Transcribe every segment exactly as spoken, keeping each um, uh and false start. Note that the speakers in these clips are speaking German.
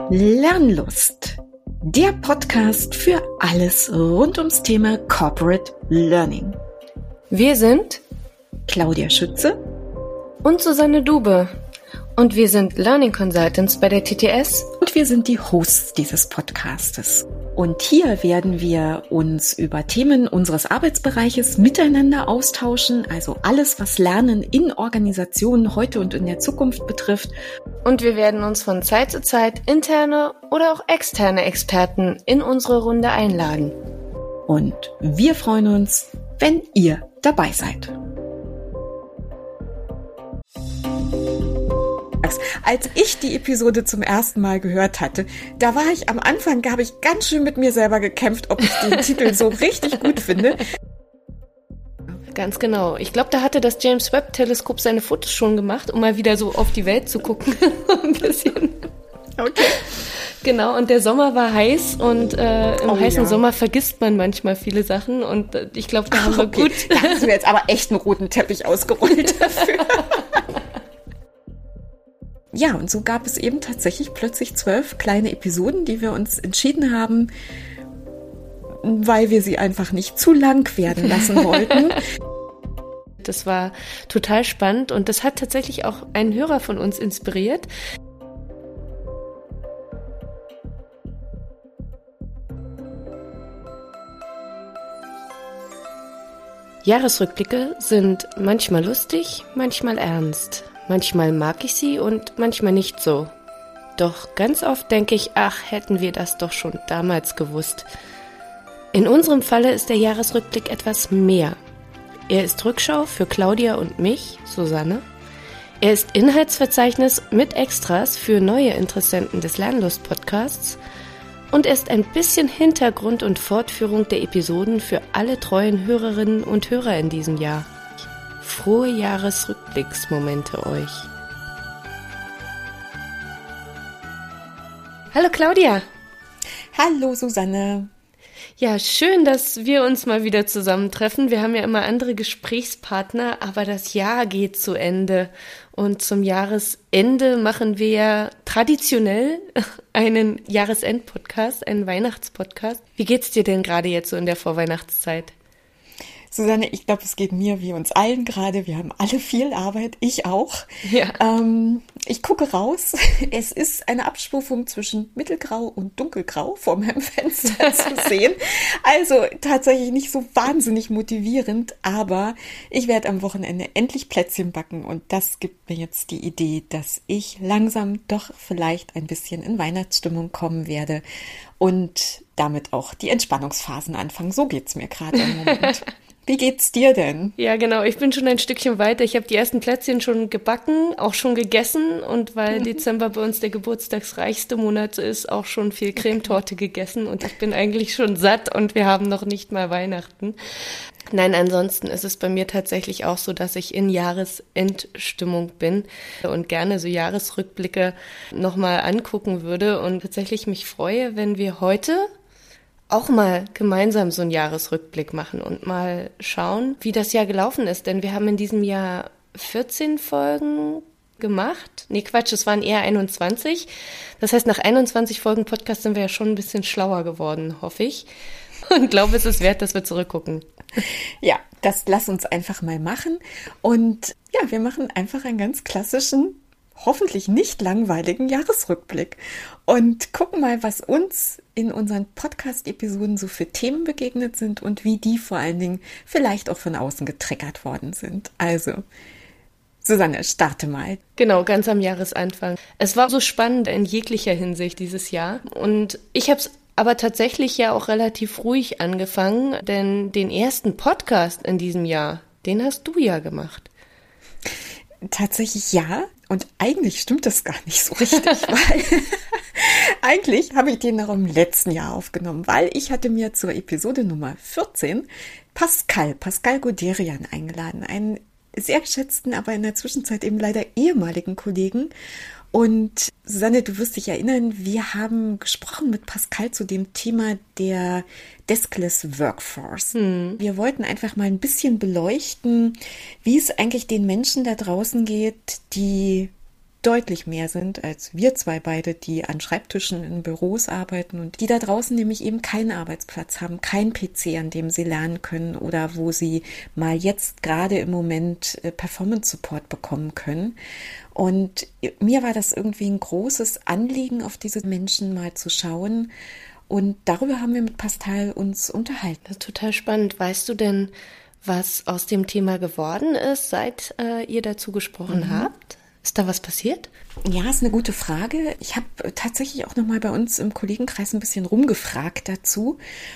Lernlust, der Podcast für alles rund ums Thema Corporate Learning. Wir sind Claudia Schütze und Susanne Dube und wir sind Learning Consultants bei der T T S und wir sind die Hosts dieses Podcastes. Und hier werden wir uns über Themen unseres Arbeitsbereiches miteinander austauschen, also alles, was Lernen in Organisationen heute und in der Zukunft betrifft. Und wir werden uns von Zeit zu Zeit interne oder auch externe Experten in unsere Runde einladen. Und wir freuen uns, wenn ihr dabei seid. Als ich die Episode zum ersten Mal gehört hatte, da war ich am Anfang, da habe ich ganz schön mit mir selber gekämpft, ob ich den Titel so richtig gut finde. Ganz genau. Ich glaube, da hatte das James Webb Teleskop seine Fotos schon gemacht, um mal wieder so auf die Welt zu gucken. Ein bisschen. Okay. Genau, und der Sommer war heiß und äh, im oh, heißen ja. Sommer vergisst man manchmal viele Sachen und äh, ich glaube, da haben wir okay. gut... Da hast du jetzt aber echt einen roten Teppich ausgerollt dafür. Ja, und so gab es eben tatsächlich plötzlich zwölf kleine Episoden, die wir uns entschieden haben, weil wir sie einfach nicht zu lang werden lassen wollten. Das war total spannend und das hat tatsächlich auch einen Hörer von uns inspiriert. Jahresrückblicke sind manchmal lustig, manchmal ernst. Manchmal mag ich sie und manchmal nicht so. Doch ganz oft denke ich, ach, hätten wir das doch schon damals gewusst. In unserem Falle ist der Jahresrückblick etwas mehr. Er ist Rückschau für Claudia und mich, Susanne. Er ist Inhaltsverzeichnis mit Extras für neue Interessenten des Lernlust-Podcasts. Und er ist ein bisschen Hintergrund und Fortführung der Episoden für alle treuen Hörerinnen und Hörer in diesem Jahr. Frohe Jahresrückblicksmomente euch. Hallo Claudia. Hallo Susanne. Ja, schön, dass wir uns mal wieder zusammentreffen. Wir haben ja immer andere Gesprächspartner, aber das Jahr geht zu Ende. Und zum Jahresende machen wir ja traditionell einen Jahresend-Podcast, einen Weihnachtspodcast. Wie geht's dir denn gerade jetzt so in der Vorweihnachtszeit? Susanne, ich glaube, es geht mir wie uns allen gerade. Wir haben alle viel Arbeit, ich auch. Ja. Ähm, ich gucke raus. Es ist eine Abstufung zwischen mittelgrau und dunkelgrau vor meinem Fenster zu sehen. Also tatsächlich nicht so wahnsinnig motivierend, aber ich werde am Wochenende endlich Plätzchen backen und das gibt mir jetzt die Idee, dass ich langsam doch vielleicht ein bisschen in Weihnachtsstimmung kommen werde und damit auch die Entspannungsphasen anfangen. So geht's mir gerade im Moment. Wie geht's dir denn? Ja, genau. Ich bin schon ein Stückchen weiter. Ich habe die ersten Plätzchen schon gebacken, auch schon gegessen. Und weil mhm. Dezember bei uns der geburtstagsreichste Monat ist, auch schon viel Cremetorte gegessen. Und ich bin eigentlich schon satt und wir haben noch nicht mal Weihnachten. Nein, ansonsten ist es bei mir tatsächlich auch so, dass ich in Jahresendstimmung bin und gerne so Jahresrückblicke nochmal angucken würde. Und tatsächlich mich freue, wenn wir heute auch mal gemeinsam so einen Jahresrückblick machen und mal schauen, wie das Jahr gelaufen ist. Denn wir haben in diesem Jahr vierzehn Folgen gemacht. Nee, Quatsch, es waren eher einundzwanzig. Das heißt, nach einundzwanzig Folgen Podcast sind wir ja schon ein bisschen schlauer geworden, hoffe ich. Und glaube, es ist wert, dass wir zurückgucken. Ja, das lass uns einfach mal machen. Und ja, wir machen einfach einen ganz klassischen, hoffentlich nicht langweiligen Jahresrückblick und gucken mal, was uns in unseren Podcast-Episoden so für Themen begegnet sind und wie die vor allen Dingen vielleicht auch von außen getriggert worden sind. Also, Susanne, starte mal. Genau, ganz am Jahresanfang. Es war so spannend in jeglicher Hinsicht dieses Jahr und ich habe es aber tatsächlich ja auch relativ ruhig angefangen, denn den ersten Podcast in diesem Jahr, den hast du ja gemacht. Tatsächlich ja. Und eigentlich stimmt das gar nicht so richtig, weil eigentlich habe ich den noch im letzten Jahr aufgenommen, weil ich hatte mir zur Episode Nummer vierzehn Pascal, Pascal Guderian eingeladen, einen sehr geschätzten, aber in der Zwischenzeit eben leider ehemaligen Kollegen. Und Susanne, du wirst dich erinnern, wir haben gesprochen mit Pascal zu dem Thema der Deskless Workforce. Hm. Wir wollten einfach mal ein bisschen beleuchten, wie es eigentlich den Menschen da draußen geht, die deutlich mehr sind als wir zwei beide, die an Schreibtischen in Büros arbeiten und die da draußen nämlich eben keinen Arbeitsplatz haben, kein P C, an dem sie lernen können oder wo sie mal jetzt gerade im Moment Performance Support bekommen können. Und mir war das irgendwie ein großes Anliegen, auf diese Menschen mal zu schauen. Und darüber haben wir mit Pascal uns unterhalten. Das ist total spannend. Weißt du denn, was aus dem Thema geworden ist, seit äh, ihr dazu gesprochen mhm. habt? Ist da was passiert? Ja, ist eine gute Frage. Ich habe tatsächlich auch noch mal bei uns im Kollegenkreis ein bisschen rumgefragt dazu.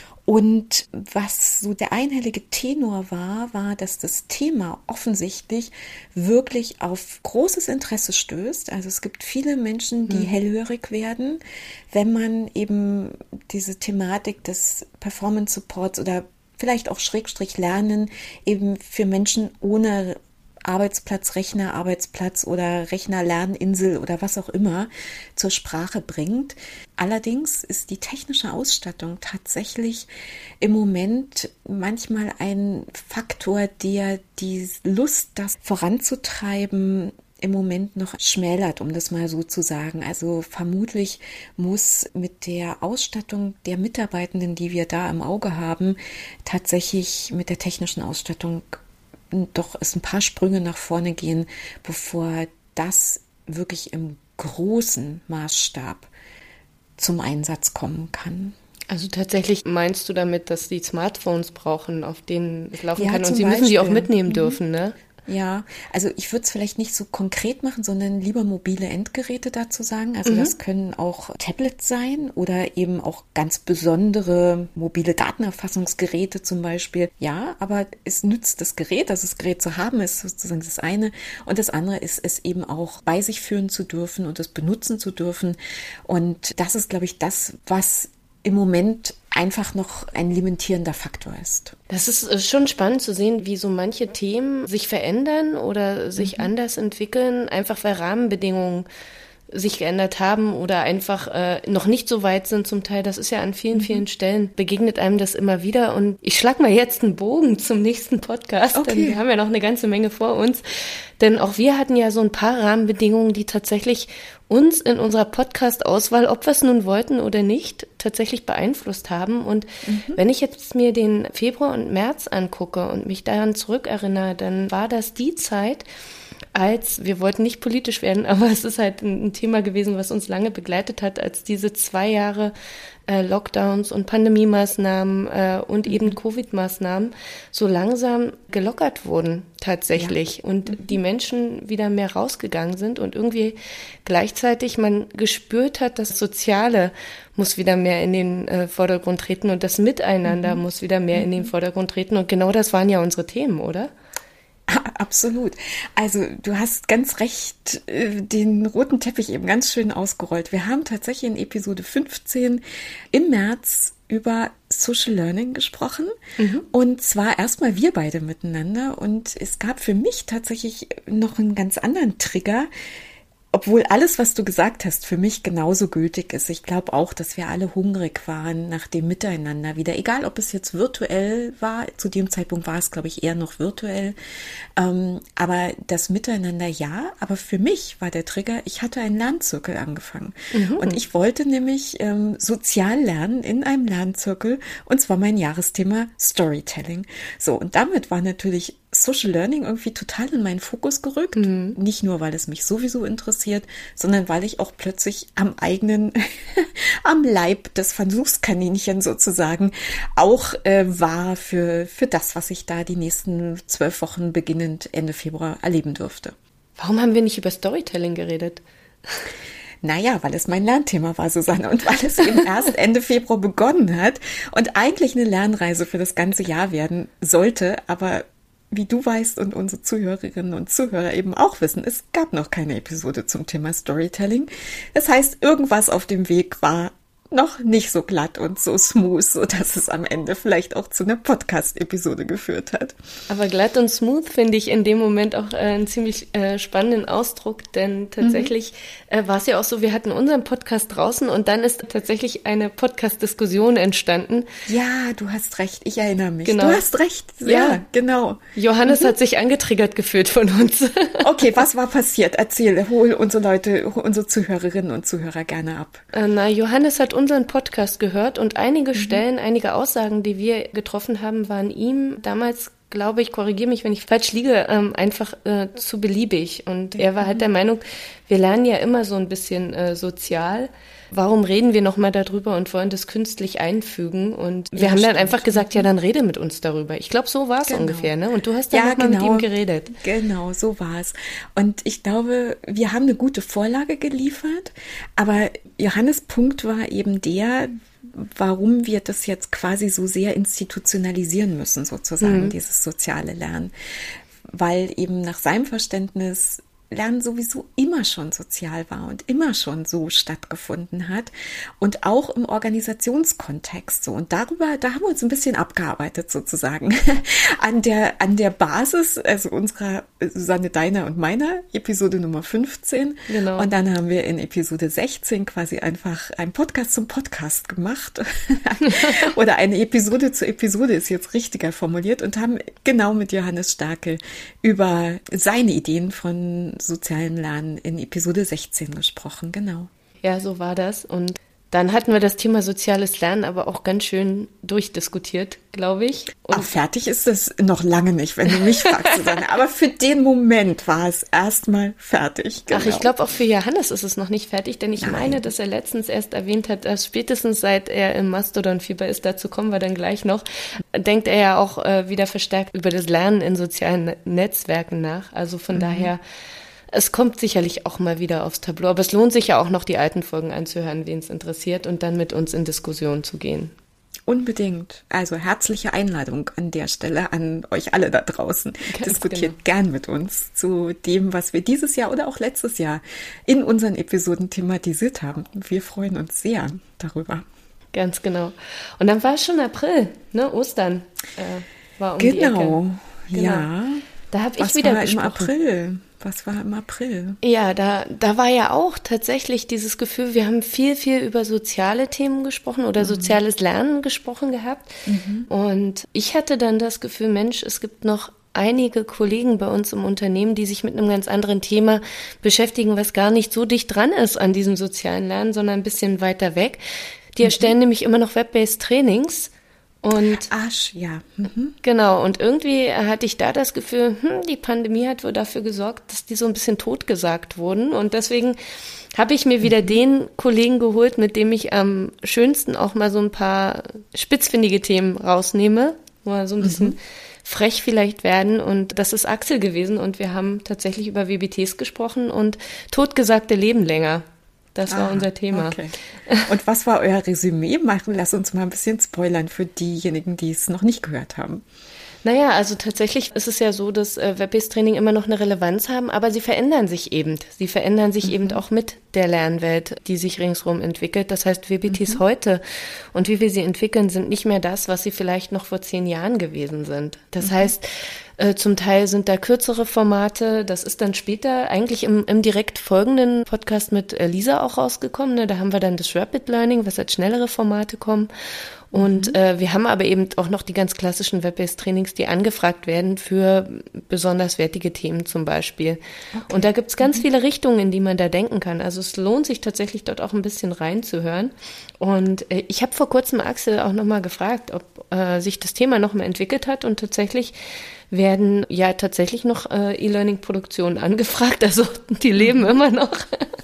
Und was so der einhellige Tenor war, war, dass das Thema offensichtlich wirklich auf großes Interesse stößt. Also es gibt viele Menschen, die hm. hellhörig werden, wenn man eben diese Thematik des Performance Supports oder vielleicht auch Schrägstrich Lernen eben für Menschen ohne Arbeitsplatz, Rechner, Arbeitsplatz oder Rechner-Lerninsel oder was auch immer zur Sprache bringt. Allerdings ist die technische Ausstattung tatsächlich im Moment manchmal ein Faktor, der die Lust, das voranzutreiben, im Moment noch schmälert, um das mal so zu sagen. Also vermutlich muss mit der Ausstattung der Mitarbeitenden, die wir da im Auge haben, tatsächlich mit der technischen Ausstattung doch es ein paar Sprünge nach vorne gehen, bevor das wirklich im großen Maßstab zum Einsatz kommen kann. Also tatsächlich meinst du damit, dass die Smartphones brauchen, auf denen es laufen ja, kann und sie Beispiel. müssen sie auch mitnehmen dürfen, ne? Ja, also ich würde es vielleicht nicht so konkret machen, sondern lieber mobile Endgeräte dazu sagen. Also mhm. das können auch Tablets sein oder eben auch ganz besondere mobile Datenerfassungsgeräte zum Beispiel. Ja, aber es nützt das Gerät, also das Gerät zu haben, ist sozusagen das eine. Und das andere ist, es eben auch bei sich führen zu dürfen und es benutzen zu dürfen. Und das ist, glaube ich, das, was im Moment einfach noch ein limitierender Faktor ist. Das ist schon spannend zu sehen, wie so manche Themen sich verändern oder sich mhm. anders entwickeln, einfach weil Rahmenbedingungen sich geändert haben oder einfach äh, noch nicht so weit sind zum Teil. Das ist ja an vielen, mhm. vielen Stellen, begegnet einem das immer wieder. Und ich schlag mal jetzt einen Bogen zum nächsten Podcast, okay. denn wir haben ja noch eine ganze Menge vor uns. Denn auch wir hatten ja so ein paar Rahmenbedingungen, die tatsächlich uns in unserer Podcast-Auswahl, ob wir es nun wollten oder nicht, tatsächlich beeinflusst haben. Und mhm. wenn ich jetzt mir den Februar und März angucke und mich daran zurückerinnere, dann war das die Zeit, als, wir wollten nicht politisch werden, aber es ist halt ein, ein Thema gewesen, was uns lange begleitet hat, als diese zwei Jahre äh, Lockdowns und Pandemie-Maßnahmen äh, und eben mhm. Covid-Maßnahmen so langsam gelockert wurden tatsächlich ja. und mhm. die Menschen wieder mehr rausgegangen sind und irgendwie gleichzeitig man gespürt hat, das Soziale muss wieder mehr in den äh, Vordergrund treten und das Miteinander mhm. muss wieder mehr mhm. in den Vordergrund treten und genau das waren ja unsere Themen, oder? Absolut. Also du hast ganz recht äh, den roten Teppich eben ganz schön ausgerollt. Wir haben tatsächlich in Episode fünfzehn im März über Social Learning gesprochen mhm. und zwar erstmal wir beide miteinander und es gab für mich tatsächlich noch einen ganz anderen Trigger, obwohl alles, was du gesagt hast, für mich genauso gültig ist. Ich glaube auch, dass wir alle hungrig waren nach dem Miteinander wieder. Egal, ob es jetzt virtuell war. Zu dem Zeitpunkt war es, glaube ich, eher noch virtuell. Ähm, aber das Miteinander ja. Aber für mich war der Trigger, ich hatte einen Lernzirkel angefangen. Mhm. Und ich wollte nämlich ähm, sozial lernen in einem Lernzirkel. Und zwar mein Jahresthema Storytelling. So, und damit war natürlich Social Learning irgendwie total in meinen Fokus gerückt. Mhm. Nicht nur, weil es mich sowieso interessiert, sondern weil ich auch plötzlich am eigenen, am Leib des Versuchskaninchen sozusagen auch äh, war für, für das, was ich da die nächsten zwölf Wochen beginnend Ende Februar erleben durfte. Warum haben wir nicht über Storytelling geredet? Naja, weil es mein Lernthema war, Susanne, und weil es eben erst Ende Februar begonnen hat und eigentlich eine Lernreise für das ganze Jahr werden sollte, aber wie du weißt und unsere Zuhörerinnen und Zuhörer eben auch wissen, es gab noch keine Episode zum Thema Storytelling. Das heißt, irgendwas auf dem Weg war noch nicht so glatt und so smooth, so dass es am Ende vielleicht auch zu einer Podcast-Episode geführt hat. Aber glatt und smooth finde ich in dem Moment auch äh, einen ziemlich äh, spannenden Ausdruck, denn tatsächlich mhm. äh, war es ja auch so, wir hatten unseren Podcast draußen und dann ist tatsächlich eine Podcast-Diskussion entstanden. Ja, du hast recht, ich erinnere mich. Genau. Du hast recht, ja, ja genau. Johannes mhm. hat sich angetriggert gefühlt von uns. Okay, was war passiert? Erzähl, hol unsere Leute, hol unsere Zuhörerinnen und Zuhörer gerne ab. Äh, na, Johannes hat unseren Podcast gehört und einige mhm. Stellen, einige Aussagen, die wir getroffen haben, waren ihm damals, glaube ich, korrigiere mich, wenn ich falsch liege, ähm, einfach äh, zu beliebig. Und er war halt der Meinung, wir lernen ja immer so ein bisschen äh, sozial. Warum reden wir nochmal darüber und wollen das künstlich einfügen? Und wir ja, haben dann stimmt. einfach gesagt, ja, dann rede mit uns darüber. Ich glaube, so war es genau. ungefähr, ne? Und du hast dann ja, nochmal genau. mit ihm geredet. Genau, so war es. Und ich glaube, wir haben eine gute Vorlage geliefert, aber Johannes' Punkt war eben der, warum wir das jetzt quasi so sehr institutionalisieren müssen, sozusagen, mhm. dieses soziale Lernen. Weil eben nach seinem Verständnis Lernen sowieso immer schon sozial war und immer schon so stattgefunden hat und auch im Organisationskontext so. Und darüber, da haben wir uns ein bisschen abgearbeitet sozusagen an der, an der Basis, also unserer Susanne, deiner und meiner Episode Nummer fünfzehn. Genau. Und dann haben wir in Episode sechzehn quasi einfach einen Podcast zum Podcast gemacht oder eine Episode zur Episode ist jetzt richtiger formuliert und haben genau mit Johannes Starke über seine Ideen von sozialem Lernen in Episode sechzehn gesprochen, genau. Ja, so war das. Und dann hatten wir das Thema soziales Lernen aber auch ganz schön durchdiskutiert, glaube ich. Und Ach, fertig ist es noch lange nicht, wenn du mich fragst, Susanne. Aber für den Moment war es erstmal fertig. Genau. Ach, ich glaube, auch für Johannes ist es noch nicht fertig, denn ich Nein. meine, dass er letztens erst erwähnt hat, dass spätestens seit er im Mastodon-Fieber ist, dazu kommen wir dann gleich noch, denkt er ja auch äh, wieder verstärkt über das Lernen in sozialen Netzwerken nach. Also von mhm. daher, es kommt sicherlich auch mal wieder aufs Tableau, aber es lohnt sich ja auch noch, die alten Folgen anzuhören, wen es interessiert und dann mit uns in Diskussion zu gehen. Unbedingt. Also herzliche Einladung an der Stelle an euch alle da draußen. Ganz Diskutiert genau. gern mit uns zu dem, was wir dieses Jahr oder auch letztes Jahr in unseren Episoden thematisiert haben. Wir freuen uns sehr darüber. Ganz genau. Und dann war es schon April, ne? Ostern äh, war um genau. die Ecke. Genau, ja. Da habe ich was wieder war gesprochen. im April? Was war im April? Ja, da, da war ja auch tatsächlich dieses Gefühl, wir haben viel, viel über soziale Themen gesprochen oder mhm. soziales Lernen gesprochen gehabt. Mhm. Und ich hatte dann das Gefühl, Mensch, es gibt noch einige Kollegen bei uns im Unternehmen, die sich mit einem ganz anderen Thema beschäftigen, was gar nicht so dicht dran ist an diesem sozialen Lernen, sondern ein bisschen weiter weg. Die erstellen mhm. nämlich immer noch Web-based Trainings. Und Asch, ja. Mhm. Genau, und irgendwie hatte ich da das Gefühl, hm, die Pandemie hat wohl dafür gesorgt, dass die so ein bisschen totgesagt wurden. Und deswegen habe ich mir wieder mhm. den Kollegen geholt, mit dem ich am schönsten auch mal so ein paar spitzfindige Themen rausnehme, mal so ein bisschen mhm. frech vielleicht werden. Und das ist Axel gewesen und wir haben tatsächlich über W B Ts gesprochen und totgesagte leben länger. Das war ah, unser Thema. Okay. Und was war euer Resümee? Machen, lass uns mal ein bisschen spoilern für diejenigen, die es noch nicht gehört haben. Naja, also tatsächlich ist es ja so, dass äh, Web-based Training immer noch eine Relevanz haben, aber sie verändern sich eben. Sie verändern sich mhm. eben auch mit der Lernwelt, die sich ringsherum entwickelt. Das heißt, W B Ts mhm. heute und wie wir sie entwickeln, sind nicht mehr das, was sie vielleicht noch vor zehn Jahren gewesen sind. Das mhm. heißt, äh, zum Teil sind da kürzere Formate. Das ist dann später eigentlich im, im direkt folgenden Podcast mit äh, Lisa auch rausgekommen. Ne? Da haben wir dann das Rapid Learning, was als schnellere Formate kommen. Und mhm. äh, wir haben aber eben auch noch die ganz klassischen Web-based Trainings, die angefragt werden für besonders wertige Themen zum Beispiel. Okay. Und da gibt's ganz mhm. viele Richtungen, in die man da denken kann. Also es lohnt sich tatsächlich dort auch ein bisschen reinzuhören. Und äh, ich habe vor kurzem Axel auch nochmal gefragt, ob äh, sich das Thema nochmal entwickelt hat. Und tatsächlich werden ja tatsächlich noch äh, E-Learning-Produktionen angefragt. Also die leben mhm. immer noch.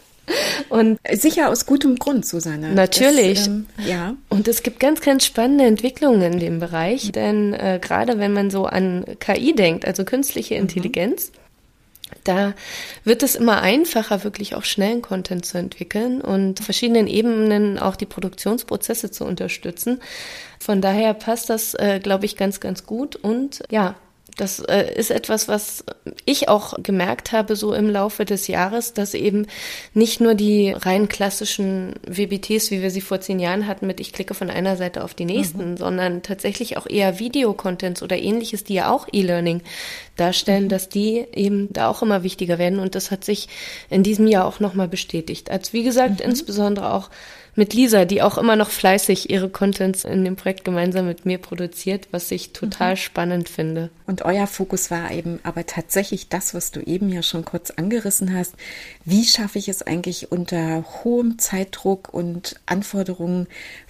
Und sicher aus gutem Grund, Susanne. Natürlich. Das, ähm, ja. Und es gibt ganz, ganz spannende Entwicklungen in dem Bereich, denn äh, gerade wenn man so an K I denkt, also künstliche Intelligenz, mhm. da wird es immer einfacher, wirklich auch schnellen Content zu entwickeln und verschiedenen Ebenen auch die Produktionsprozesse zu unterstützen. Von daher passt das, äh, glaube ich, ganz, ganz gut und ja, Das äh, ist etwas, was ich auch gemerkt habe so im Laufe des Jahres, dass eben nicht nur die rein klassischen W B Ts, wie wir sie vor zehn Jahren hatten, mit ich klicke von einer Seite auf die nächsten, mhm. sondern tatsächlich auch eher Videocontents oder ähnliches, die ja auch E-Learning darstellen, mhm. dass die eben da auch immer wichtiger werden. Und das hat sich in diesem Jahr auch nochmal bestätigt. Als wie gesagt, mhm. insbesondere auch mit Lisa, die auch immer noch fleißig ihre Contents in dem Projekt gemeinsam mit mir produziert, was ich total mhm. spannend finde. Und euer Fokus war eben aber tatsächlich das, was du eben ja schon kurz angerissen hast. Wie schaffe ich es eigentlich unter hohem Zeitdruck und Anforderungen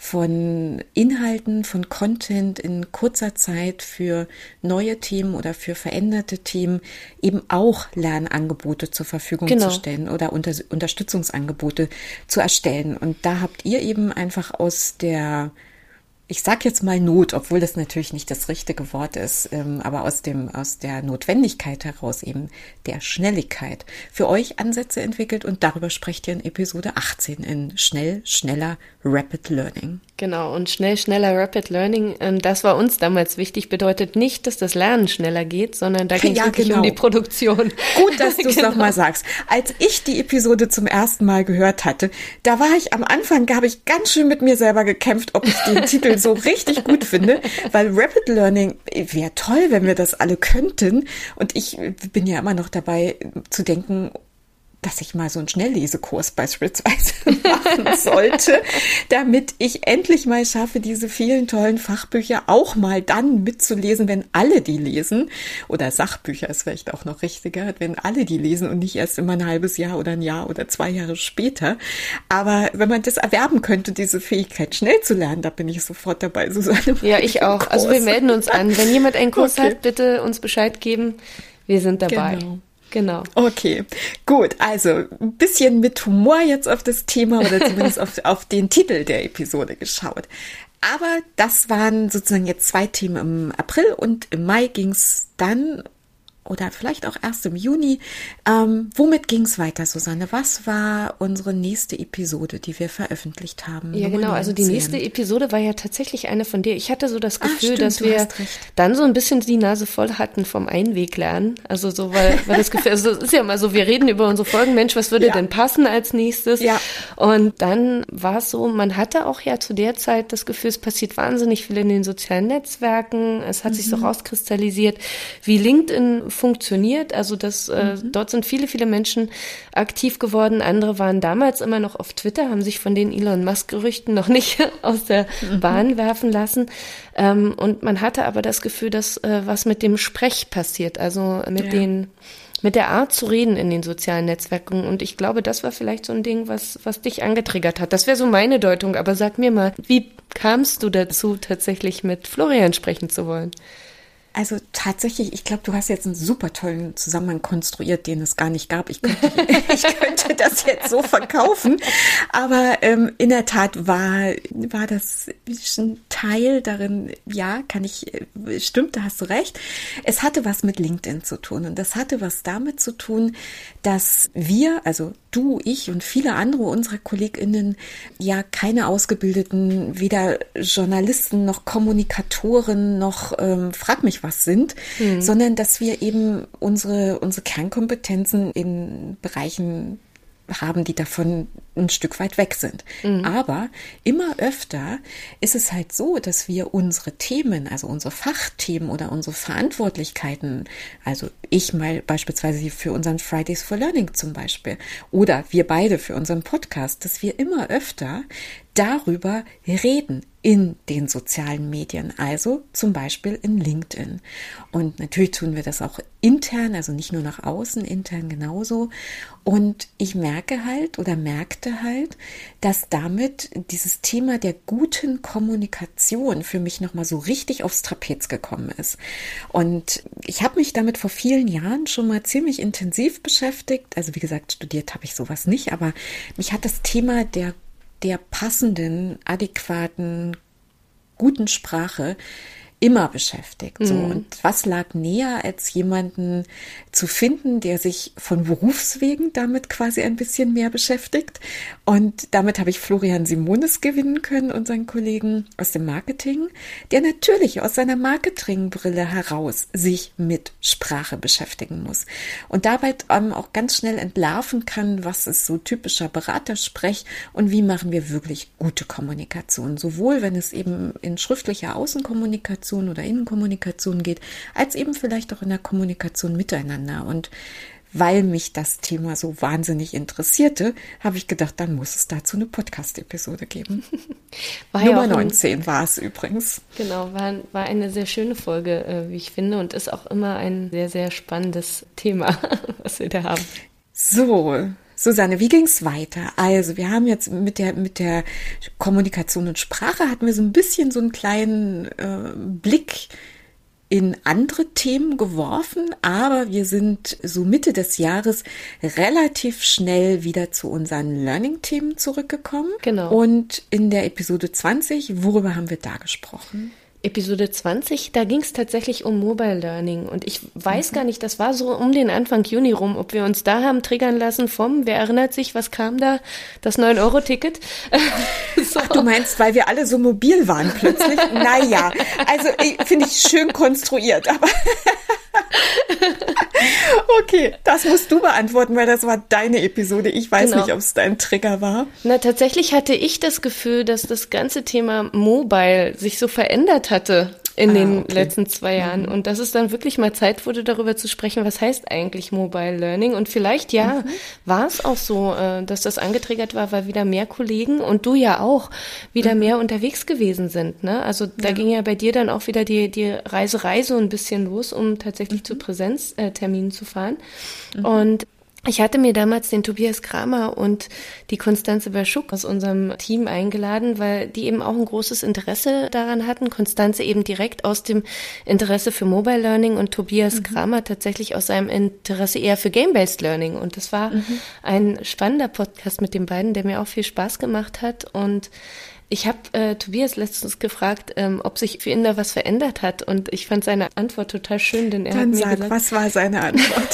von Inhalten, von Content in kurzer Zeit für neue Themen oder für veränderte Themen eben auch Lernangebote zur Verfügung genau. zu stellen oder unter, Unterstützungsangebote zu erstellen. Und da habt ihr eben einfach aus der, ich sag jetzt mal Not, obwohl das natürlich nicht das richtige Wort ist, ähm, aber aus dem, aus der Notwendigkeit heraus eben der Schnelligkeit für euch Ansätze entwickelt und darüber sprecht ihr in Episode achtzehn in Schnell, Schneller, Rapid Learning. Genau, und schnell, schneller, Rapid Learning, das war uns damals wichtig, bedeutet nicht, dass das Lernen schneller geht, sondern da ging es ja, wirklich genau. um die Produktion. Gut, dass du es genau. nochmal sagst. Als ich die Episode zum ersten Mal gehört hatte, da war ich am Anfang, da habe ich ganz schön mit mir selber gekämpft, ob ich den Titel so richtig gut finde, weil Rapid Learning wäre toll, wenn wir das alle könnten. Und ich bin ja immer noch dabei zu denken, dass ich mal so einen Schnelllesekurs beispielsweise machen sollte, damit ich endlich mal schaffe, diese vielen tollen Fachbücher auch mal dann mitzulesen, wenn alle die lesen. Oder Sachbücher ist vielleicht auch noch richtiger, wenn alle die lesen und nicht erst immer ein halbes Jahr oder ein Jahr oder zwei Jahre später. Aber wenn man das erwerben könnte, diese Fähigkeit schnell zu lernen, da bin ich sofort dabei, Susanne. Ja, ich auch. Kurs. Also wir melden uns an. Wenn jemand einen Kurs okay. hat, bitte uns Bescheid geben. Wir sind dabei. Genau. Genau. Okay, gut. Also ein bisschen mit Humor jetzt auf das Thema oder zumindest auf, auf den Titel der Episode geschaut. Aber das waren sozusagen jetzt zwei Themen im April und im Mai ging es dann, oder vielleicht auch erst im Juni. Ähm, womit ging es weiter, Susanne? Was war unsere nächste Episode, die wir veröffentlicht haben? Ja, genau. Also die nächste Episode war ja tatsächlich eine von dir. Ich hatte so das Gefühl, ah, stimmt, dass wir dann so ein bisschen die Nase voll hatten vom Einweglernen. Also so, weil, weil das Gefühl, also es ist ja mal so, wir reden über unsere Folgen. Mensch, was würde ja. denn passen als nächstes? Ja. Und dann war es so, man hatte auch ja zu der Zeit das Gefühl, es passiert wahnsinnig viel in den sozialen Netzwerken. Es hat mhm. sich so rauskristallisiert, wie LinkedIn funktioniert, also das, mhm. äh, dort sind viele, viele Menschen aktiv geworden, andere waren damals immer noch auf Twitter, haben sich von den Elon Musk-Gerüchten noch nicht aus der mhm. Bahn werfen lassen ähm, und man hatte aber das Gefühl, dass äh, was mit dem Sprech passiert, also mit ja. den mit der Art zu reden in den sozialen Netzwerken und ich glaube, das war vielleicht so ein Ding, was, was dich angetriggert hat. Das wäre so meine Deutung, aber sag mir mal, wie kamst du dazu, tatsächlich mit Florian sprechen zu wollen? Also tatsächlich, ich glaube, du hast jetzt einen super tollen Zusammenhang konstruiert, den es gar nicht gab. Ich könnte, ich könnte das jetzt so verkaufen, aber ähm, in der Tat war war das ein Teil darin, ja, kann ich, stimmt, da hast du recht. Es hatte was mit LinkedIn zu tun und das hatte was damit zu tun, dass wir, also du, ich und viele andere unserer KollegInnen ja keine ausgebildeten, weder Journalisten noch Kommunikatoren noch ähm, frag mich was sind, mhm. sondern dass wir eben unsere, unsere Kernkompetenzen in Bereichen haben, die davon ein Stück weit weg sind. Mhm. Aber immer öfter ist es halt so, dass wir unsere Themen, also unsere Fachthemen oder unsere Verantwortlichkeiten, also ich mal beispielsweise für unseren Fridays for Learning zum Beispiel oder wir beide für unseren Podcast, dass wir immer öfter darüber reden in den sozialen Medien, also zum Beispiel in LinkedIn. Und natürlich tun wir das auch intern, also nicht nur nach außen, intern genauso. Und ich merke halt oder merkte halt, dass damit dieses Thema der guten Kommunikation für mich nochmal so richtig aufs Trapez gekommen ist. Und ich habe mich damit vor vielen Jahren schon mal ziemlich intensiv beschäftigt. Also wie gesagt, studiert habe ich sowas nicht, aber mich hat das Thema der der passenden, adäquaten, guten Sprache immer beschäftigt. So. Mhm. Und was lag näher, als jemanden zu finden, der sich von Berufswegen damit quasi ein bisschen mehr beschäftigt. Und damit habe ich Florian Simonis gewinnen können, unseren Kollegen aus dem Marketing, der natürlich aus seiner Marketingbrille heraus sich mit Sprache beschäftigen muss. Und dabei ähm, auch ganz schnell entlarven kann, was ist so typischer Beratersprech und wie machen wir wirklich gute Kommunikation. Sowohl, wenn es eben in schriftlicher Außenkommunikation oder Innenkommunikation geht, als eben vielleicht auch in der Kommunikation miteinander. Und weil mich das Thema so wahnsinnig interessierte, habe ich gedacht, dann muss es dazu eine Podcast-Episode geben. War Nummer ja neunzehn war es übrigens. Genau, war, war eine sehr schöne Folge, äh, wie ich finde, und ist auch immer ein sehr, sehr spannendes Thema, was wir da haben. So, Susanne, wie ging's weiter? Also, wir haben jetzt mit der mit der Kommunikation und Sprache hatten wir so ein bisschen so einen kleinen äh, Blick in andere Themen geworfen, aber wir sind so Mitte des Jahres relativ schnell wieder zu unseren Learning-Themen zurückgekommen. Genau. Und in der Episode zwanzig, worüber haben wir da gesprochen? Episode zwanzig, da ging es tatsächlich um Mobile Learning und ich weiß mhm. gar nicht, das war so um den Anfang Juni rum, ob wir uns da haben triggern lassen vom, wer erinnert sich, was kam da? Das neun Euro Ticket? So. Ach, du meinst, weil wir alle so mobil waren plötzlich? Naja, also finde ich schön konstruiert, aber okay, das musst du beantworten, weil das war deine Episode. Ich weiß genau. nicht, ob es dein Trigger war. Na, tatsächlich hatte ich das Gefühl, dass das ganze Thema Mobile sich so verändert hatte in ah, den okay. letzten zwei Jahren. Mhm. Und dass es dann wirklich mal Zeit wurde, darüber zu sprechen, was heißt eigentlich Mobile Learning? Und vielleicht, ja, mhm. war es auch so, dass das angetriggert war, weil wieder mehr Kollegen und du ja auch wieder mhm. mehr unterwegs gewesen sind. Ne? Also da ja. ging ja bei dir dann auch wieder die, die Reiserei so ein bisschen los, um tatsächlich mhm. zu Präsenzterminen zu fahren. Mhm. Und ich hatte mir damals den Tobias Kramer und die Konstanze Berschuk aus unserem Team eingeladen, weil die eben auch ein großes Interesse daran hatten. Konstanze eben direkt aus dem Interesse für Mobile Learning und Tobias mhm. Kramer tatsächlich aus seinem Interesse eher für Game-Based Learning. Und das war mhm. ein spannender Podcast mit den beiden, der mir auch viel Spaß gemacht hat. Und ich habe äh, Tobias letztens gefragt, ähm, ob sich für ihn da was verändert hat. Und ich fand seine Antwort total schön, denn er Dann hat mir sag, gesagt, was war seine Antwort?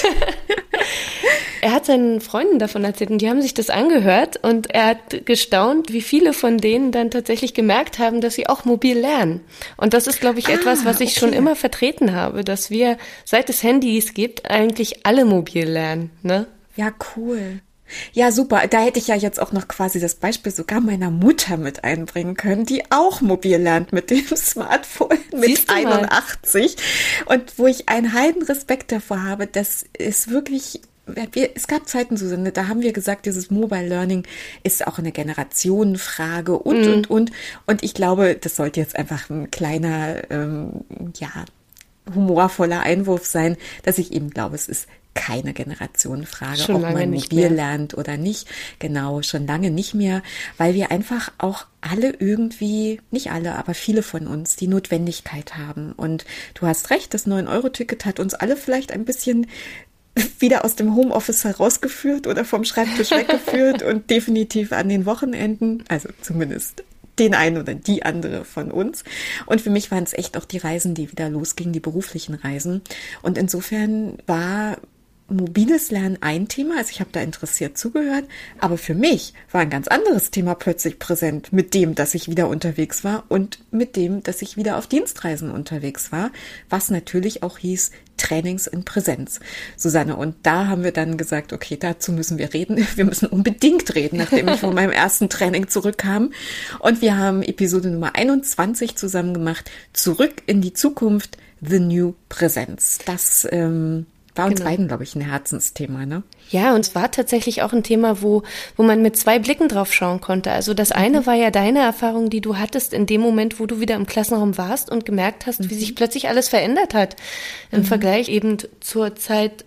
Er hat seinen Freunden davon erzählt und die haben sich das angehört und er hat gestaunt, wie viele von denen dann tatsächlich gemerkt haben, dass sie auch mobil lernen. Und das ist, glaube ich, ah, etwas, was ich okay. schon immer vertreten habe, dass wir, seit es Handys gibt, eigentlich alle mobil lernen, ne? Ja, cool. Ja, super. Da hätte ich ja jetzt auch noch quasi das Beispiel sogar meiner Mutter mit einbringen können, die auch mobil lernt mit dem Smartphone mit einundachtzig und wo ich einen Heidenrespekt davor habe, dass es wirklich... Wir, es gab Zeiten, Susanne, da haben wir gesagt, dieses Mobile Learning ist auch eine Generationenfrage und, mm. und, und. Und ich glaube, das sollte jetzt einfach ein kleiner, ähm, ja, humorvoller Einwurf sein, dass ich eben glaube, es ist keine Generationenfrage, schon ob man mobil lernt oder nicht. Genau, schon lange nicht mehr, weil wir einfach auch alle irgendwie, nicht alle, aber viele von uns die Notwendigkeit haben. Und du hast recht, das neun Euro Ticket hat uns alle vielleicht ein bisschen wieder aus dem Homeoffice herausgeführt oder vom Schreibtisch weggeführt und definitiv an den Wochenenden, also zumindest den einen oder die andere von uns. Und für mich waren es echt auch die Reisen, die wieder losgingen, die beruflichen Reisen. Und insofern war mobiles Lernen ein Thema, also ich habe da interessiert zugehört, aber für mich war ein ganz anderes Thema plötzlich präsent mit dem, dass ich wieder unterwegs war und mit dem, dass ich wieder auf Dienstreisen unterwegs war, was natürlich auch hieß Trainings in Präsenz. Susanne, und da haben wir dann gesagt, okay, dazu müssen wir reden, wir müssen unbedingt reden, nachdem ich von meinem ersten Training zurückkam und wir haben Episode Nummer einundzwanzig zusammen gemacht, Zurück in die Zukunft, The New Präsenz. Das ähm, war uns genau. beiden, glaube ich, ein Herzensthema, ne? Ja, und es war tatsächlich auch ein Thema, wo wo man mit zwei Blicken drauf schauen konnte. Also das eine mhm. war ja deine Erfahrung, die du hattest in dem Moment, wo du wieder im Klassenraum warst und gemerkt hast, mhm. wie sich plötzlich alles verändert hat. Im mhm. Vergleich eben zur Zeit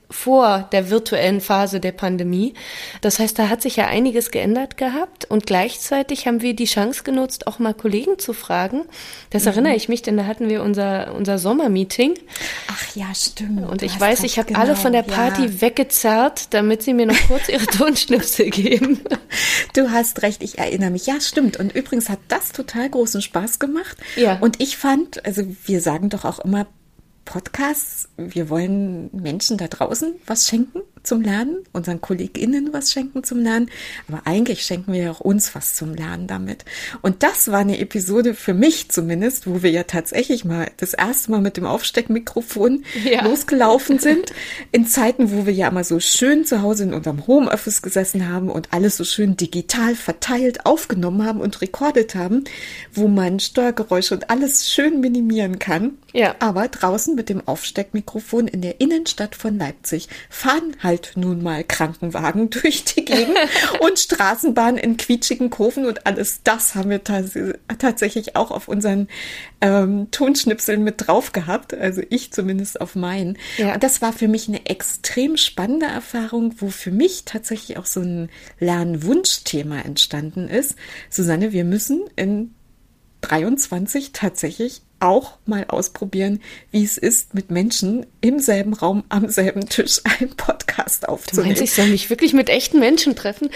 vor der virtuellen Phase der Pandemie. Das heißt, da hat sich ja einiges geändert gehabt und gleichzeitig haben wir die Chance genutzt, auch mal Kollegen zu fragen. Das mhm. erinnere ich mich, denn da hatten wir unser, unser Sommermeeting. Ach ja, stimmt. Und ich weiß, ich habe genau, alle von der Party ja. weggezerrt, damit sie mir noch kurz ihre Tonschnipsel geben. Du hast recht, ich erinnere mich. Ja, stimmt. Und übrigens hat das total großen Spaß gemacht. Ja. Und ich fand, also wir sagen doch auch immer, Podcasts, wir wollen Menschen da draußen was schenken zum Lernen, unseren KollegInnen was schenken zum Lernen, aber eigentlich schenken wir ja auch uns was zum Lernen damit. Und das war eine Episode für mich zumindest, wo wir ja tatsächlich mal das erste Mal mit dem Aufsteckmikrofon ja. losgelaufen sind, in Zeiten, wo wir ja immer so schön zu Hause in unserem Homeoffice gesessen haben und alles so schön digital verteilt aufgenommen haben und rekordet haben, wo man Störgeräusche und alles schön minimieren kann. Ja. Aber draußen mit dem Aufsteckmikrofon in der Innenstadt von Leipzig fahren halt nun mal Krankenwagen durch die Gegend und Straßenbahnen in quietschigen Kurven und alles das haben wir tats- tatsächlich auch auf unseren ähm, Tonschnipseln mit drauf gehabt, also ich zumindest auf meinen. Ja. Und das war für mich eine extrem spannende Erfahrung, wo für mich tatsächlich auch so ein Lernwunschthema entstanden ist. Susanne, wir müssen in dreiundzwanzig tatsächlich auch mal ausprobieren, wie es ist, mit Menschen im selben Raum, am selben Tisch einen Podcast aufzunehmen. Du meinst, ich soll mich wirklich mit echten Menschen treffen?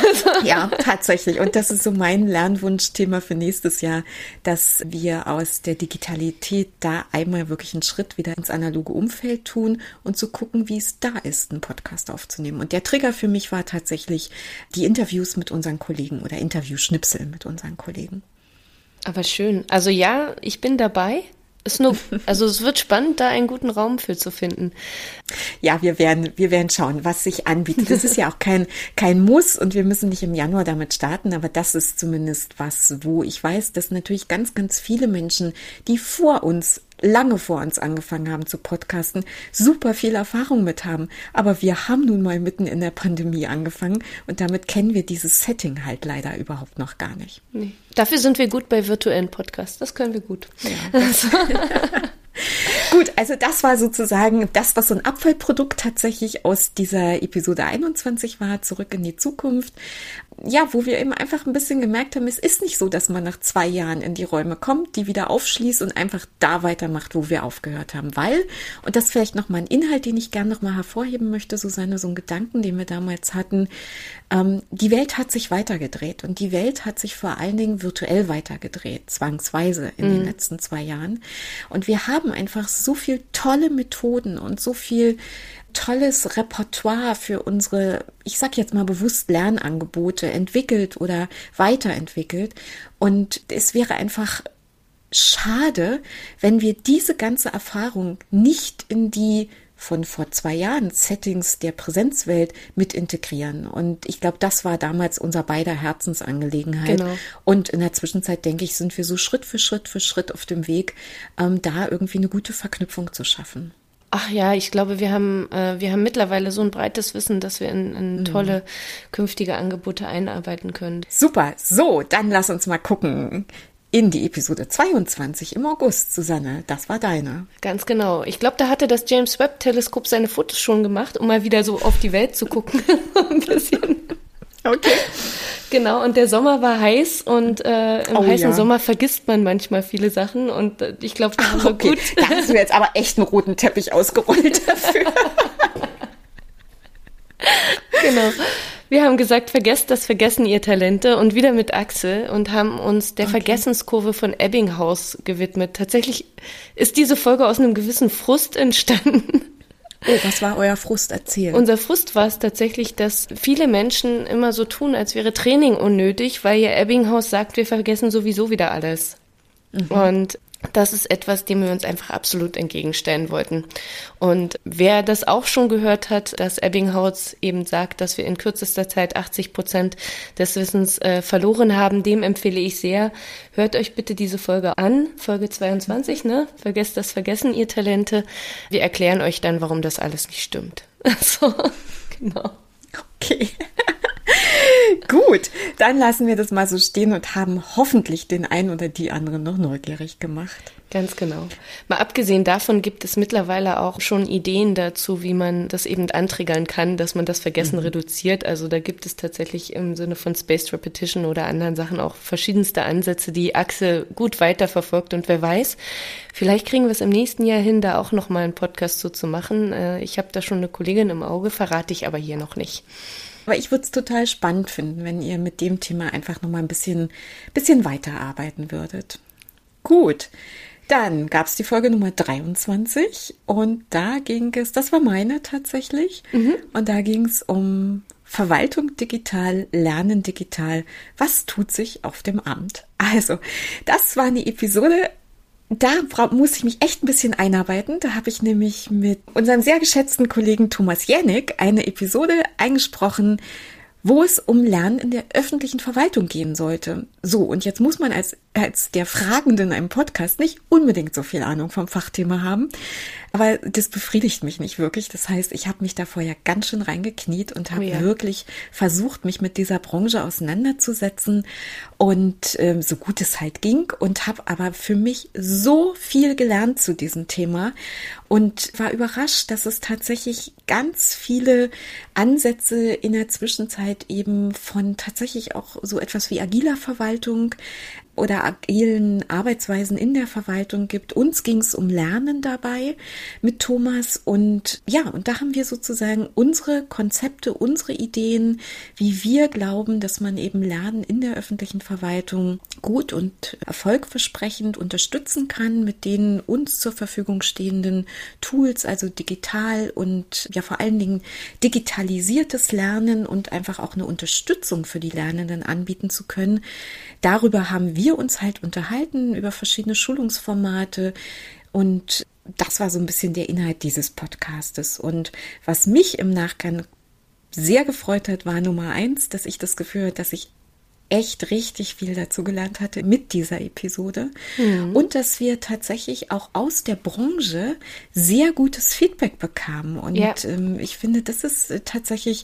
Ja, tatsächlich. Und das ist so mein Lernwunschthema für nächstes Jahr, dass wir aus der Digitalität da einmal wirklich einen Schritt wieder ins analoge Umfeld tun und zu gucken, wie es da ist, einen Podcast aufzunehmen. Und der Trigger für mich war tatsächlich die Interviews mit unseren Kollegen oder Interviewschnipsel mit unseren Kollegen. Aber schön. Also ja, ich bin dabei. Ist nur, also es wird spannend, da einen guten Raum für zu finden. Ja, wir werden, wir werden schauen, was sich anbietet. Das ist ja auch kein, kein Muss und wir müssen nicht im Januar damit starten, aber das ist zumindest was, wo ich weiß, dass natürlich ganz, ganz viele Menschen, die vor uns lange vor uns angefangen haben zu podcasten, super viel Erfahrung mit haben. Aber wir haben nun mal mitten in der Pandemie angefangen und damit kennen wir dieses Setting halt leider überhaupt noch gar nicht. Nee. Dafür sind wir gut bei virtuellen Podcasts. Das können wir gut. Ja. Gut, also das war sozusagen das, was so ein Abfallprodukt tatsächlich aus dieser Episode einundzwanzig war, zurück in die Zukunft. Ja, wo wir eben einfach ein bisschen gemerkt haben, es ist nicht so, dass man nach zwei Jahren in die Räume kommt, die wieder aufschließt und einfach da weitermacht, wo wir aufgehört haben. Weil, und das ist vielleicht nochmal ein Inhalt, den ich gerne nochmal hervorheben möchte, Susanne, so ein Gedanken, den wir damals hatten, ähm, die Welt hat sich weitergedreht und die Welt hat sich vor allen Dingen virtuell weitergedreht, zwangsweise in mhm. den letzten zwei Jahren. Und wir haben einfach so viel tolle Methoden und so viel tolles Repertoire für unsere, ich sag jetzt mal bewusst Lernangebote entwickelt oder weiterentwickelt. Und es wäre einfach schade, wenn wir diese ganze Erfahrung nicht in die von vor zwei Jahren Settings der Präsenzwelt mit integrieren. Und ich glaube, das war damals unser beider Herzensangelegenheit. Genau. Und in der Zwischenzeit, denke ich, sind wir so Schritt für Schritt für Schritt auf dem Weg, ähm, da irgendwie eine gute Verknüpfung zu schaffen. Ach ja, ich glaube, wir haben äh, wir haben mittlerweile so ein breites Wissen, dass wir in, in tolle künftige Angebote einarbeiten können. Super, so, dann lass uns mal gucken in die Episode zweiundzwanzig im August, Susanne. Das war deine. Ganz genau. Ich glaube, da hatte das James Webb Teleskop seine Fotos schon gemacht, um mal wieder so auf die Welt zu gucken. Ein bisschen. Okay. Genau, und der Sommer war heiß und äh, im oh, heißen ja. Sommer vergisst man manchmal viele Sachen und äh, ich glaube, da haben wir okay. gut. Da hast du jetzt aber echt einen roten Teppich ausgerollt dafür. Genau. Wir haben gesagt, vergesst das Vergessen, ihr Talente und wieder mit Axel und haben uns der okay. Vergessenskurve von Ebbinghaus gewidmet. Tatsächlich ist diese Folge aus einem gewissen Frust entstanden. Oh, was war euer Frust? Erzähl. Unser Frust war es tatsächlich, dass viele Menschen immer so tun, als wäre Training unnötig, weil ja Ebbinghaus sagt, wir vergessen sowieso wieder alles. Mhm. Und das ist etwas, dem wir uns einfach absolut entgegenstellen wollten. Und wer das auch schon gehört hat, dass Ebbinghaus eben sagt, dass wir in kürzester Zeit achtzig Prozent des Wissens äh, verloren haben, dem empfehle ich sehr, hört euch bitte diese Folge an, Folge zweiundzwanzig, ne? Vergesst das Vergessen, ihr Talente. Wir erklären euch dann, warum das alles nicht stimmt. So, genau. Okay. Gut, dann lassen wir das mal so stehen und haben hoffentlich den einen oder die anderen noch neugierig gemacht. Ganz genau. Mal abgesehen davon gibt es mittlerweile auch schon Ideen dazu, wie man das eben antriggern kann, dass man das Vergessen mhm. reduziert. Also da gibt es tatsächlich im Sinne von Spaced Repetition oder anderen Sachen auch verschiedenste Ansätze, die Axel gut weiterverfolgt. Und wer weiß, vielleicht kriegen wir es im nächsten Jahr hin, da auch nochmal einen Podcast so zu machen. Ich habe da schon eine Kollegin im Auge, verrate ich aber hier noch nicht. Aber ich würde es total spannend finden, wenn ihr mit dem Thema einfach nochmal ein bisschen, bisschen weiterarbeiten würdet. Gut. Dann gab es die Folge Nummer dreiundzwanzig und da ging es, das war meine tatsächlich, mhm. und da ging es um Verwaltung digital, Lernen digital. Was tut sich auf dem Amt? Also, das war eine Episode, da muss ich mich echt ein bisschen einarbeiten. Da habe ich nämlich mit unserem sehr geschätzten Kollegen Thomas Jänick eine Episode eingesprochen, wo es um Lernen in der öffentlichen Verwaltung gehen sollte. So, und jetzt muss man als, als der Fragende in einem Podcast nicht unbedingt so viel Ahnung vom Fachthema haben, aber das befriedigt mich nicht wirklich. Das heißt, ich habe mich da vorher ganz schön reingekniet und habe oh ja. wirklich versucht, mich mit dieser Branche auseinanderzusetzen und ähm, so gut es halt ging und habe aber für mich so viel gelernt zu diesem Thema und war überrascht, dass es tatsächlich ganz viele Ansätze in der Zwischenzeit eben von tatsächlich auch so etwas wie agiler Verwaltung oder agilen Arbeitsweisen in der Verwaltung gibt. Uns ging es um Lernen dabei mit Thomas und ja, und da haben wir sozusagen unsere Konzepte, unsere Ideen, wie wir glauben, dass man eben Lernen in der öffentlichen Verwaltung gut und erfolgversprechend unterstützen kann mit den uns zur Verfügung stehenden Tools, also digital und ja vor allen Dingen digitalisiertes Lernen und einfach auch eine Unterstützung für die Lernenden anbieten zu können. Darüber haben wir uns halt unterhalten, über verschiedene Schulungsformate und das war so ein bisschen der Inhalt dieses Podcastes. Und was mich im Nachgang sehr gefreut hat, war Nummer eins, dass ich das Gefühl hatte, dass ich echt richtig viel dazu gelernt hatte mit dieser Episode mhm. und dass wir tatsächlich auch aus der Branche sehr gutes Feedback bekamen. Und ja. ähm, ich finde, das ist äh, tatsächlich...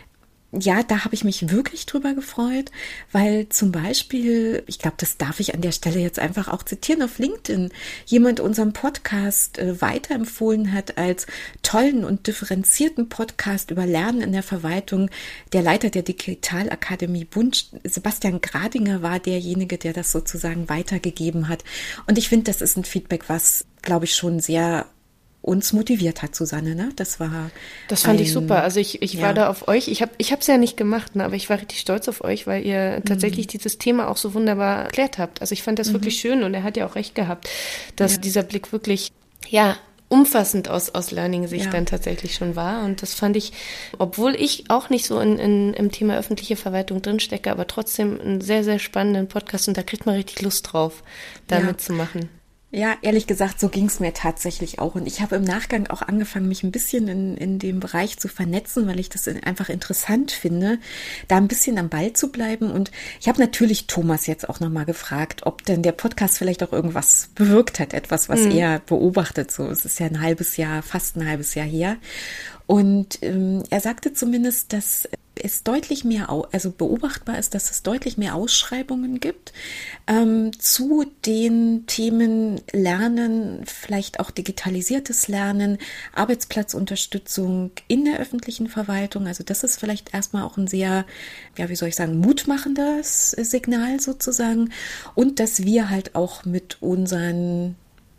Ja, da habe ich mich wirklich drüber gefreut, weil zum Beispiel, ich glaube, das darf ich an der Stelle jetzt einfach auch zitieren, auf LinkedIn jemand unseren Podcast äh, weiterempfohlen hat als tollen und differenzierten Podcast über Lernen in der Verwaltung. Der Leiter der Digitalakademie Bund, Sebastian Gradinger, war derjenige, der das sozusagen weitergegeben hat. Und ich finde, das ist ein Feedback, was, glaube ich, schon sehr uns motiviert hat, Susanne, ne? Das war Das fand ein, ich super. Also ich, ich ja. war da auf euch. Ich habe ich habe es ja nicht gemacht, ne? Aber ich war richtig stolz auf euch, weil ihr tatsächlich mhm. dieses Thema auch so wunderbar erklärt habt. Also ich fand das mhm. wirklich schön und er hat ja auch recht gehabt, dass ja. dieser Blick wirklich, ja, umfassend aus, aus Learning-Sicht ja. dann tatsächlich schon war. Und das fand ich, obwohl ich auch nicht so in, in, im Thema öffentliche Verwaltung drinstecke, aber trotzdem einen sehr, sehr spannenden Podcast und da kriegt man richtig Lust drauf, da mitzumachen. Ja, ehrlich gesagt, so ging es mir tatsächlich auch. Und ich habe im Nachgang auch angefangen, mich ein bisschen in, in dem Bereich zu vernetzen, weil ich das einfach interessant finde, da ein bisschen am Ball zu bleiben. Und ich habe natürlich Thomas jetzt auch nochmal gefragt, ob denn der Podcast vielleicht auch irgendwas bewirkt hat, etwas, was mhm. er beobachtet. So, es ist ja ein halbes Jahr, fast ein halbes Jahr her. Und ähm, er sagte zumindest, dass es deutlich mehr, also beobachtbar ist, dass es deutlich mehr Ausschreibungen gibt ähm, zu den Themen Lernen, vielleicht auch digitalisiertes Lernen, Arbeitsplatzunterstützung in der öffentlichen Verwaltung. Also das ist vielleicht erstmal auch ein sehr, ja, wie soll ich sagen, mutmachendes Signal sozusagen. Und dass wir halt auch mit unseren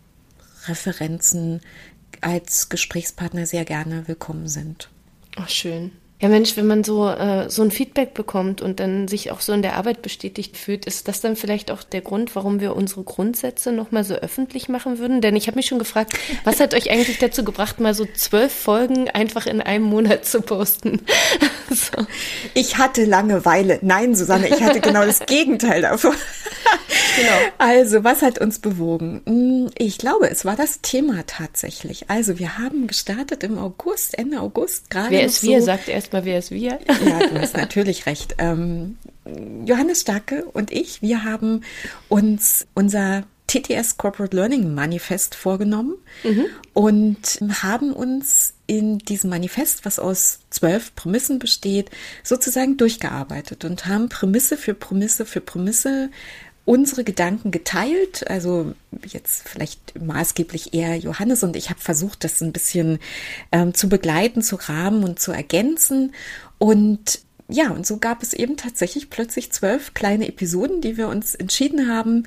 Referenzen als Gesprächspartner sehr gerne willkommen sind. Ach, schön. Ja Mensch, wenn man so äh, so ein Feedback bekommt und dann sich auch so in der Arbeit bestätigt fühlt, ist das dann vielleicht auch der Grund, warum wir unsere Grundsätze nochmal so öffentlich machen würden? Denn ich habe mich schon gefragt, was hat euch eigentlich dazu gebracht, mal so zwölf Folgen einfach in einem Monat zu posten? So. Ich hatte Langeweile. Nein, Susanne, ich hatte genau das Gegenteil davon. Genau. Also, was hat uns bewogen? Ich glaube, es war das Thema tatsächlich. Also, wir haben gestartet im August, Ende August. Gerade Wer ist wir? So. Sagt erstmal, wer ist wir? Ja, du hast natürlich recht. Ähm, Johannes Starke und ich, wir haben uns unser T T S Corporate Learning Manifest vorgenommen mhm. und haben uns in diesem Manifest, was aus zwölf Prämissen besteht, sozusagen durchgearbeitet und haben Prämisse für Prämisse für Prämisse unsere Gedanken geteilt. Also jetzt vielleicht maßgeblich eher Johannes und ich habe versucht, das ein bisschen ähm, zu begleiten, zu rahmen und zu ergänzen. Und ja, und so gab es eben tatsächlich plötzlich zwölf kleine Episoden, die wir uns entschieden haben,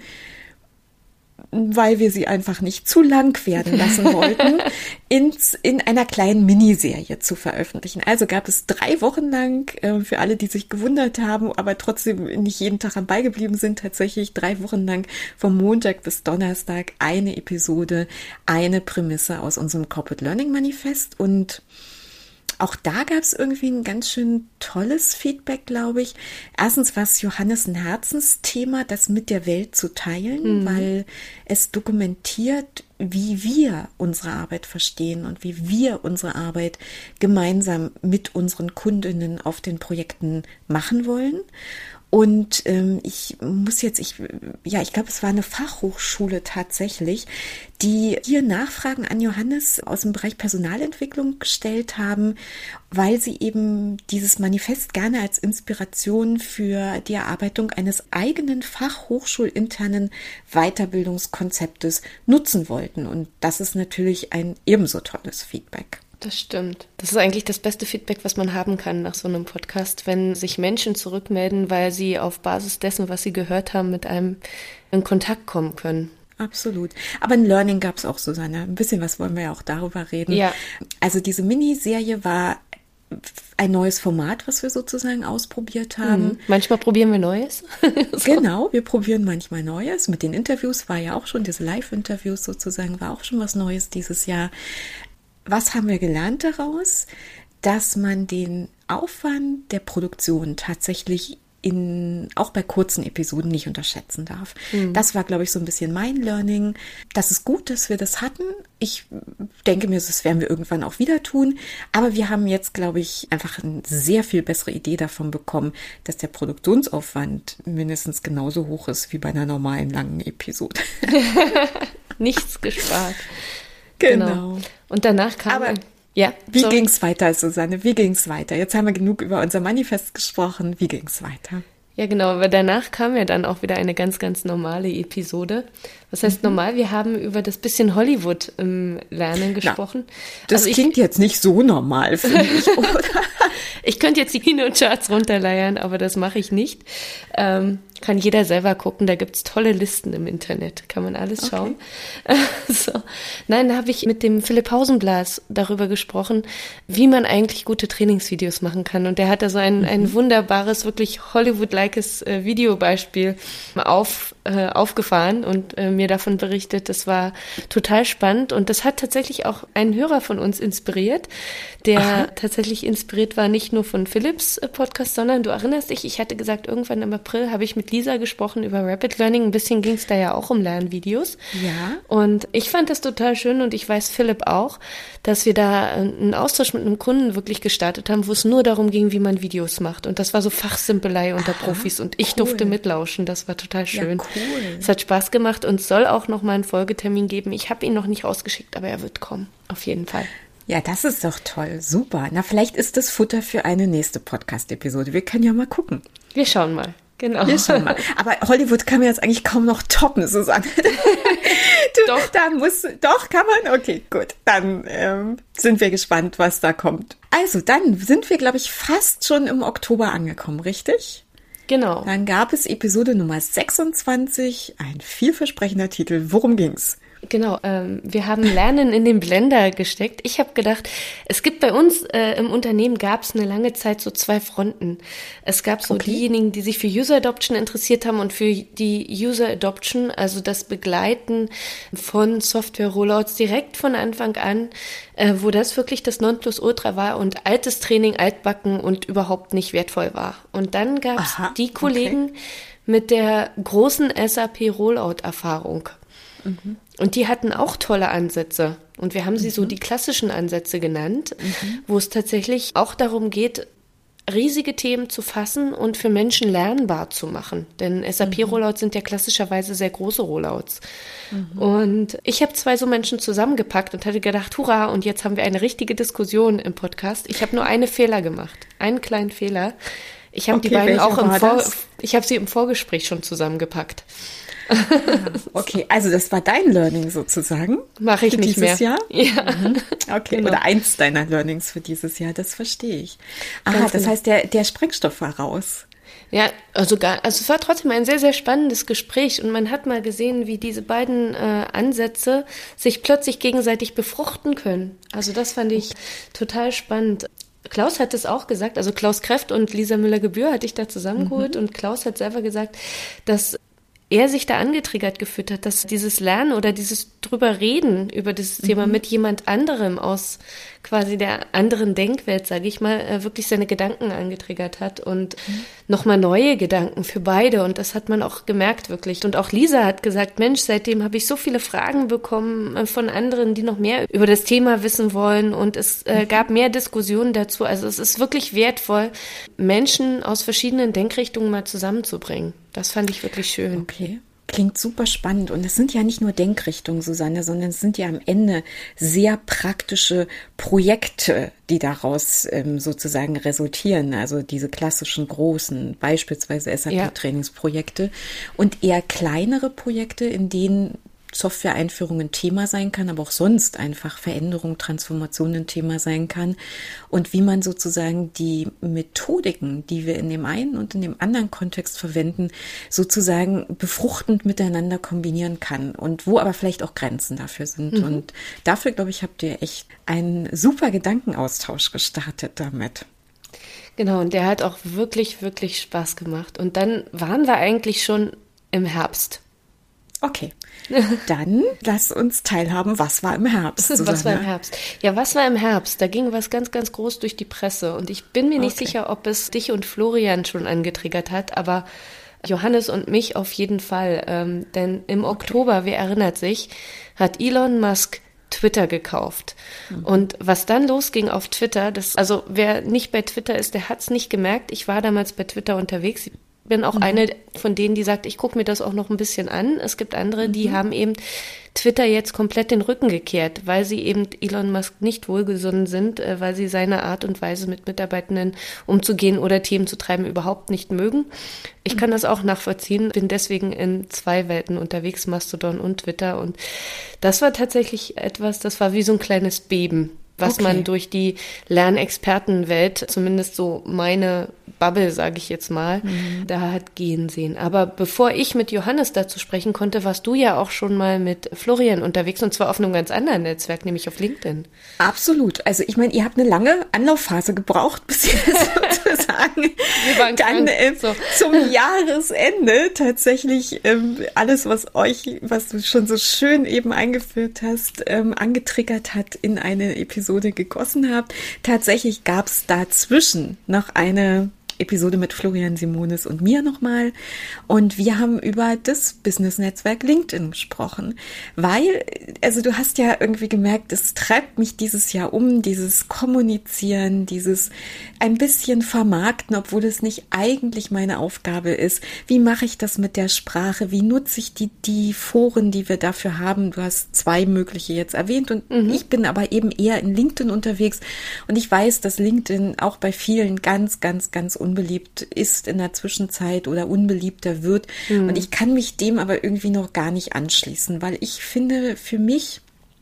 weil wir sie einfach nicht zu lang werden lassen wollten, ins, in einer kleinen Miniserie zu veröffentlichen. Also gab es drei Wochen lang, äh, für alle, die sich gewundert haben, aber trotzdem nicht jeden Tag am Ball geblieben sind, tatsächlich drei Wochen lang vom Montag bis Donnerstag eine Episode, eine Prämisse aus unserem Corporate Learning Manifest. Und auch da gab es irgendwie ein ganz schön tolles Feedback, glaube ich. Erstens war es Johannes ein Herzensthema, das mit der Welt zu teilen, mhm. weil es dokumentiert, wie wir unsere Arbeit verstehen und wie wir unsere Arbeit gemeinsam mit unseren Kundinnen auf den Projekten machen wollen. Und ähm, ich muss jetzt, ich ja, ich glaube, es war eine Fachhochschule tatsächlich, die hier Nachfragen an Johannes aus dem Bereich Personalentwicklung gestellt haben, weil sie eben dieses Manifest gerne als Inspiration für die Erarbeitung eines eigenen fachhochschulinternen Weiterbildungskonzeptes nutzen wollten. Und das ist natürlich ein ebenso tolles Feedback. Das stimmt. Das ist eigentlich das beste Feedback, was man haben kann nach so einem Podcast, wenn sich Menschen zurückmelden, weil sie auf Basis dessen, was sie gehört haben, mit einem in Kontakt kommen können. Absolut. Aber ein Learning gab es auch, Susanne. Ein bisschen was wollen wir ja auch darüber reden. Ja. Also diese Miniserie war ein neues Format, was wir sozusagen ausprobiert haben. Mhm. Manchmal probieren wir Neues. So. Genau, wir probieren manchmal Neues. Mit den Interviews war ja auch schon, diese Live-Interviews sozusagen, war auch schon was Neues dieses Jahr. Was haben wir gelernt daraus? Dass man den Aufwand der Produktion tatsächlich in, auch bei kurzen Episoden nicht unterschätzen darf. Mhm. Das war, glaube ich, so ein bisschen mein Learning. Das ist gut, dass wir das hatten. Ich denke mir, das werden wir irgendwann auch wieder tun. Aber wir haben jetzt, glaube ich, einfach eine sehr viel bessere Idee davon bekommen, dass der Produktionsaufwand mindestens genauso hoch ist wie bei einer normalen langen Episode. Nichts gespart. Genau. genau. Und danach kam... Aber ja, wie sorry. ging's weiter, Susanne? Wie ging's weiter? Jetzt haben wir genug über unser Manifest gesprochen. Wie ging's weiter? Ja, genau. Aber danach kam ja dann auch wieder eine ganz, ganz normale Episode. Was heißt mhm. normal? Wir haben über das bisschen Hollywood im Lernen gesprochen. Na, das also klingt ich, jetzt nicht so normal, finde ich, oder? Ich könnte jetzt die Kinocharts runterleiern, aber das mache ich nicht. Ähm, kann jeder selber gucken, da gibt's tolle Listen im Internet, kann man alles okay. schauen. So. Nein, da habe ich mit dem Philipp Hausenblas darüber gesprochen, wie man eigentlich gute Trainingsvideos machen kann. Und der hat da so ein, mhm. ein wunderbares, wirklich Hollywood-likes äh, Videobeispiel auf, äh, aufgefahren und äh, mir davon berichtet. Das war total spannend und das hat tatsächlich auch einen Hörer von uns inspiriert, der Aha. tatsächlich inspiriert war, nicht nur von Philipps äh, Podcast, sondern du erinnerst dich, ich hatte gesagt, irgendwann im April habe ich mit Lisa gesprochen über Rapid Learning. Ein bisschen ging es da ja auch um Lernvideos. Ja. Und ich fand das total schön und ich weiß Philipp auch, dass wir da einen Austausch mit einem Kunden wirklich gestartet haben, wo es nur darum ging, wie man Videos macht. Und das war so Fachsimpelei unter Aha, Profis und ich cool. durfte mitlauschen. Das war total schön. Ja, cool. Es hat Spaß gemacht und es soll auch noch mal einen Folgetermin geben. Ich habe ihn noch nicht rausgeschickt, aber er wird kommen. Auf jeden Fall. Ja, das ist doch toll. Super. Na, vielleicht ist das Futter für eine nächste Podcast-Episode. Wir können ja mal gucken. Wir schauen mal. Genau. Wir schauen mal. Aber Hollywood kann man jetzt eigentlich kaum noch toppen, Susanne. Du, doch. Da muss, doch, kann man? Okay, gut. Dann ähm, sind wir gespannt, was da kommt. Also, dann sind wir, glaube ich, fast schon im Oktober angekommen, richtig? Genau. Dann gab es Episode Nummer sechsundzwanzig, ein vielversprechender Titel. Worum ging's? Genau, ähm, wir haben Lernen in den Blender gesteckt. Ich habe gedacht, es gibt bei uns äh, im Unternehmen gab es eine lange Zeit so zwei Fronten. Es gab so okay. diejenigen, die sich für User Adoption interessiert haben und für die User Adoption, also das Begleiten von Software-Rollouts direkt von Anfang an, äh, wo das wirklich das Nonplusultra war und altes Training, altbacken und überhaupt nicht wertvoll war. Und dann gab es die Kollegen okay. mit der großen S A P-Rollout-Erfahrung. Mhm. Und die hatten auch tolle Ansätze. Und wir haben sie mhm. so die klassischen Ansätze genannt, mhm. wo es tatsächlich auch darum geht, riesige Themen zu fassen und für Menschen lernbar zu machen. Denn S A P-Rollouts sind ja klassischerweise sehr große Rollouts. Mhm. Und ich habe zwei so Menschen zusammengepackt und hatte gedacht, hurra, und jetzt haben wir eine richtige Diskussion im Podcast. Ich habe nur einen Fehler gemacht, einen kleinen Fehler. Ich habe okay, die beiden auch im Vor- ich habe sie im Vorgespräch schon zusammengepackt. Ah, okay, also das war dein Learning sozusagen. Mache ich für nicht dieses mehr. Jahr? Ja. Mhm. Okay, genau. Oder eins deiner Learnings für dieses Jahr, das verstehe ich. Aha, Ganz das genau. heißt, der, der Sprengstoff war raus. Ja, also, gar, also es war trotzdem ein sehr, sehr spannendes Gespräch und man hat mal gesehen, wie diese beiden äh, Ansätze sich plötzlich gegenseitig befruchten können. Also das fand ich total spannend. Klaus hat es auch gesagt, also Klaus Kreft und Lisa Müller-Gebühr hatte ich da zusammengeholt mhm. und Klaus hat selber gesagt, dass er sich da angetriggert gefühlt hat, dass dieses Lernen oder dieses drüber reden über dieses mhm. Thema mit jemand anderem aus quasi der anderen Denkwelt, sage ich mal, wirklich seine Gedanken angetriggert hat und mhm. nochmal neue Gedanken für beide und das hat man auch gemerkt wirklich. Und auch Lisa hat gesagt, Mensch, seitdem habe ich so viele Fragen bekommen von anderen, die noch mehr über das Thema wissen wollen und es äh, gab mehr Diskussionen dazu. Also es ist wirklich wertvoll, Menschen aus verschiedenen Denkrichtungen mal zusammenzubringen. Das fand ich wirklich schön. Okay. Klingt super spannend. Und es sind ja nicht nur Denkrichtungen, Susanne, sondern es sind ja am Ende sehr praktische Projekte, die daraus ähm, sozusagen resultieren. Also diese klassischen großen, beispielsweise S A P-Trainingsprojekte und eher kleinere Projekte, in denen Software-Einführung ein Thema sein kann, aber auch sonst einfach Veränderung, Transformation ein Thema sein kann und wie man sozusagen die Methodiken, die wir in dem einen und in dem anderen Kontext verwenden, sozusagen befruchtend miteinander kombinieren kann und wo aber vielleicht auch Grenzen dafür sind. Mhm. Und dafür, glaube ich, habt ihr echt einen super Gedankenaustausch gestartet damit. Genau, und der hat auch wirklich, wirklich Spaß gemacht. Und dann waren wir eigentlich schon im Herbst. Okay, dann lass uns teilhaben, was war im Herbst, Susanne? Was war im Herbst? Ja, was war im Herbst? Da ging was ganz, ganz groß durch die Presse und ich bin mir nicht okay. sicher, ob es dich und Florian schon angetriggert hat, aber Johannes und mich auf jeden Fall, ähm, denn im okay. Oktober, wer erinnert sich, hat Elon Musk Twitter gekauft. Mhm. Und was dann losging auf Twitter, das, also wer nicht bei Twitter ist, der hat es nicht gemerkt. Ich war damals bei Twitter unterwegs. Ich bin auch mhm. eine von denen, die sagt, ich gucke mir das auch noch ein bisschen an. Es gibt andere, die mhm. haben eben Twitter jetzt komplett den Rücken gekehrt, weil sie eben Elon Musk nicht wohlgesonnen sind, weil sie seine Art und Weise mit Mitarbeitenden umzugehen oder Themen zu treiben überhaupt nicht mögen. Ich kann das auch nachvollziehen, bin deswegen in zwei Welten unterwegs, Mastodon und Twitter. Und das war tatsächlich etwas, das war wie so ein kleines Beben, was okay. man durch die Lernexpertenwelt, zumindest so meine Bubble, sage ich jetzt mal, mhm. da hat gehen sehen. Aber bevor ich mit Johannes dazu sprechen konnte, warst du ja auch schon mal mit Florian unterwegs und zwar auf einem ganz anderen Netzwerk, nämlich auf LinkedIn. Absolut. Also ich meine, ihr habt eine lange Anlaufphase gebraucht, bis ihr sozusagen Wir waren dann äh, so. zum Jahresende tatsächlich ähm, alles, was euch, was du schon so schön eben eingeführt hast, ähm, angetriggert hat, in eine Episode gegossen habt. Tatsächlich gab es dazwischen noch eine Episode mit Florian Simonis und mir nochmal. Und wir haben über das Business-Netzwerk LinkedIn gesprochen, weil, also du hast ja irgendwie gemerkt, es treibt mich dieses Jahr um, dieses Kommunizieren, dieses ein bisschen vermarkten, obwohl es nicht eigentlich meine Aufgabe ist. Wie mache ich das mit der Sprache? Wie nutze ich die, die Foren, die wir dafür haben? Du hast zwei mögliche jetzt erwähnt und mhm. ich bin aber eben eher in LinkedIn unterwegs und ich weiß, dass LinkedIn auch bei vielen ganz, ganz, ganz unbeliebt ist in der Zwischenzeit oder unbeliebter wird. Mhm. Und ich kann mich dem aber irgendwie noch gar nicht anschließen, weil ich finde, für mich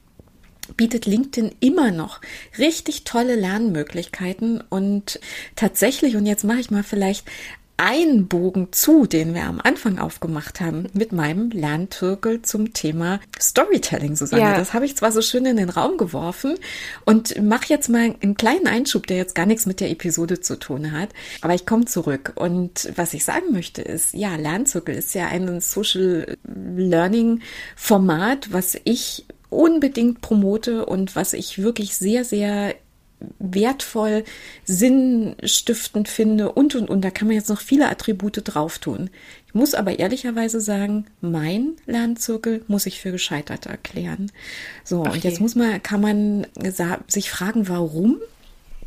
bietet LinkedIn immer noch richtig tolle Lernmöglichkeiten und tatsächlich, und jetzt mache ich mal vielleicht einen Bogen zu, den wir am Anfang aufgemacht haben, mit meinem Lernzirkel zum Thema Storytelling, Susanne. Ja. Das habe ich zwar so schön in den Raum geworfen und mache jetzt mal einen kleinen Einschub, der jetzt gar nichts mit der Episode zu tun hat, aber ich komme zurück. Und was ich sagen möchte ist, ja, Lernzirkel ist ja ein Social Learning Format, was ich unbedingt promote und was ich wirklich sehr, sehr wertvoll, sinnstiftend finde und, und, und. Da kann man jetzt noch viele Attribute drauf tun. Ich muss aber ehrlicherweise sagen, mein Lernzirkel muss ich für gescheitert erklären. So, okay. Und jetzt muss man, kann man sich fragen, warum?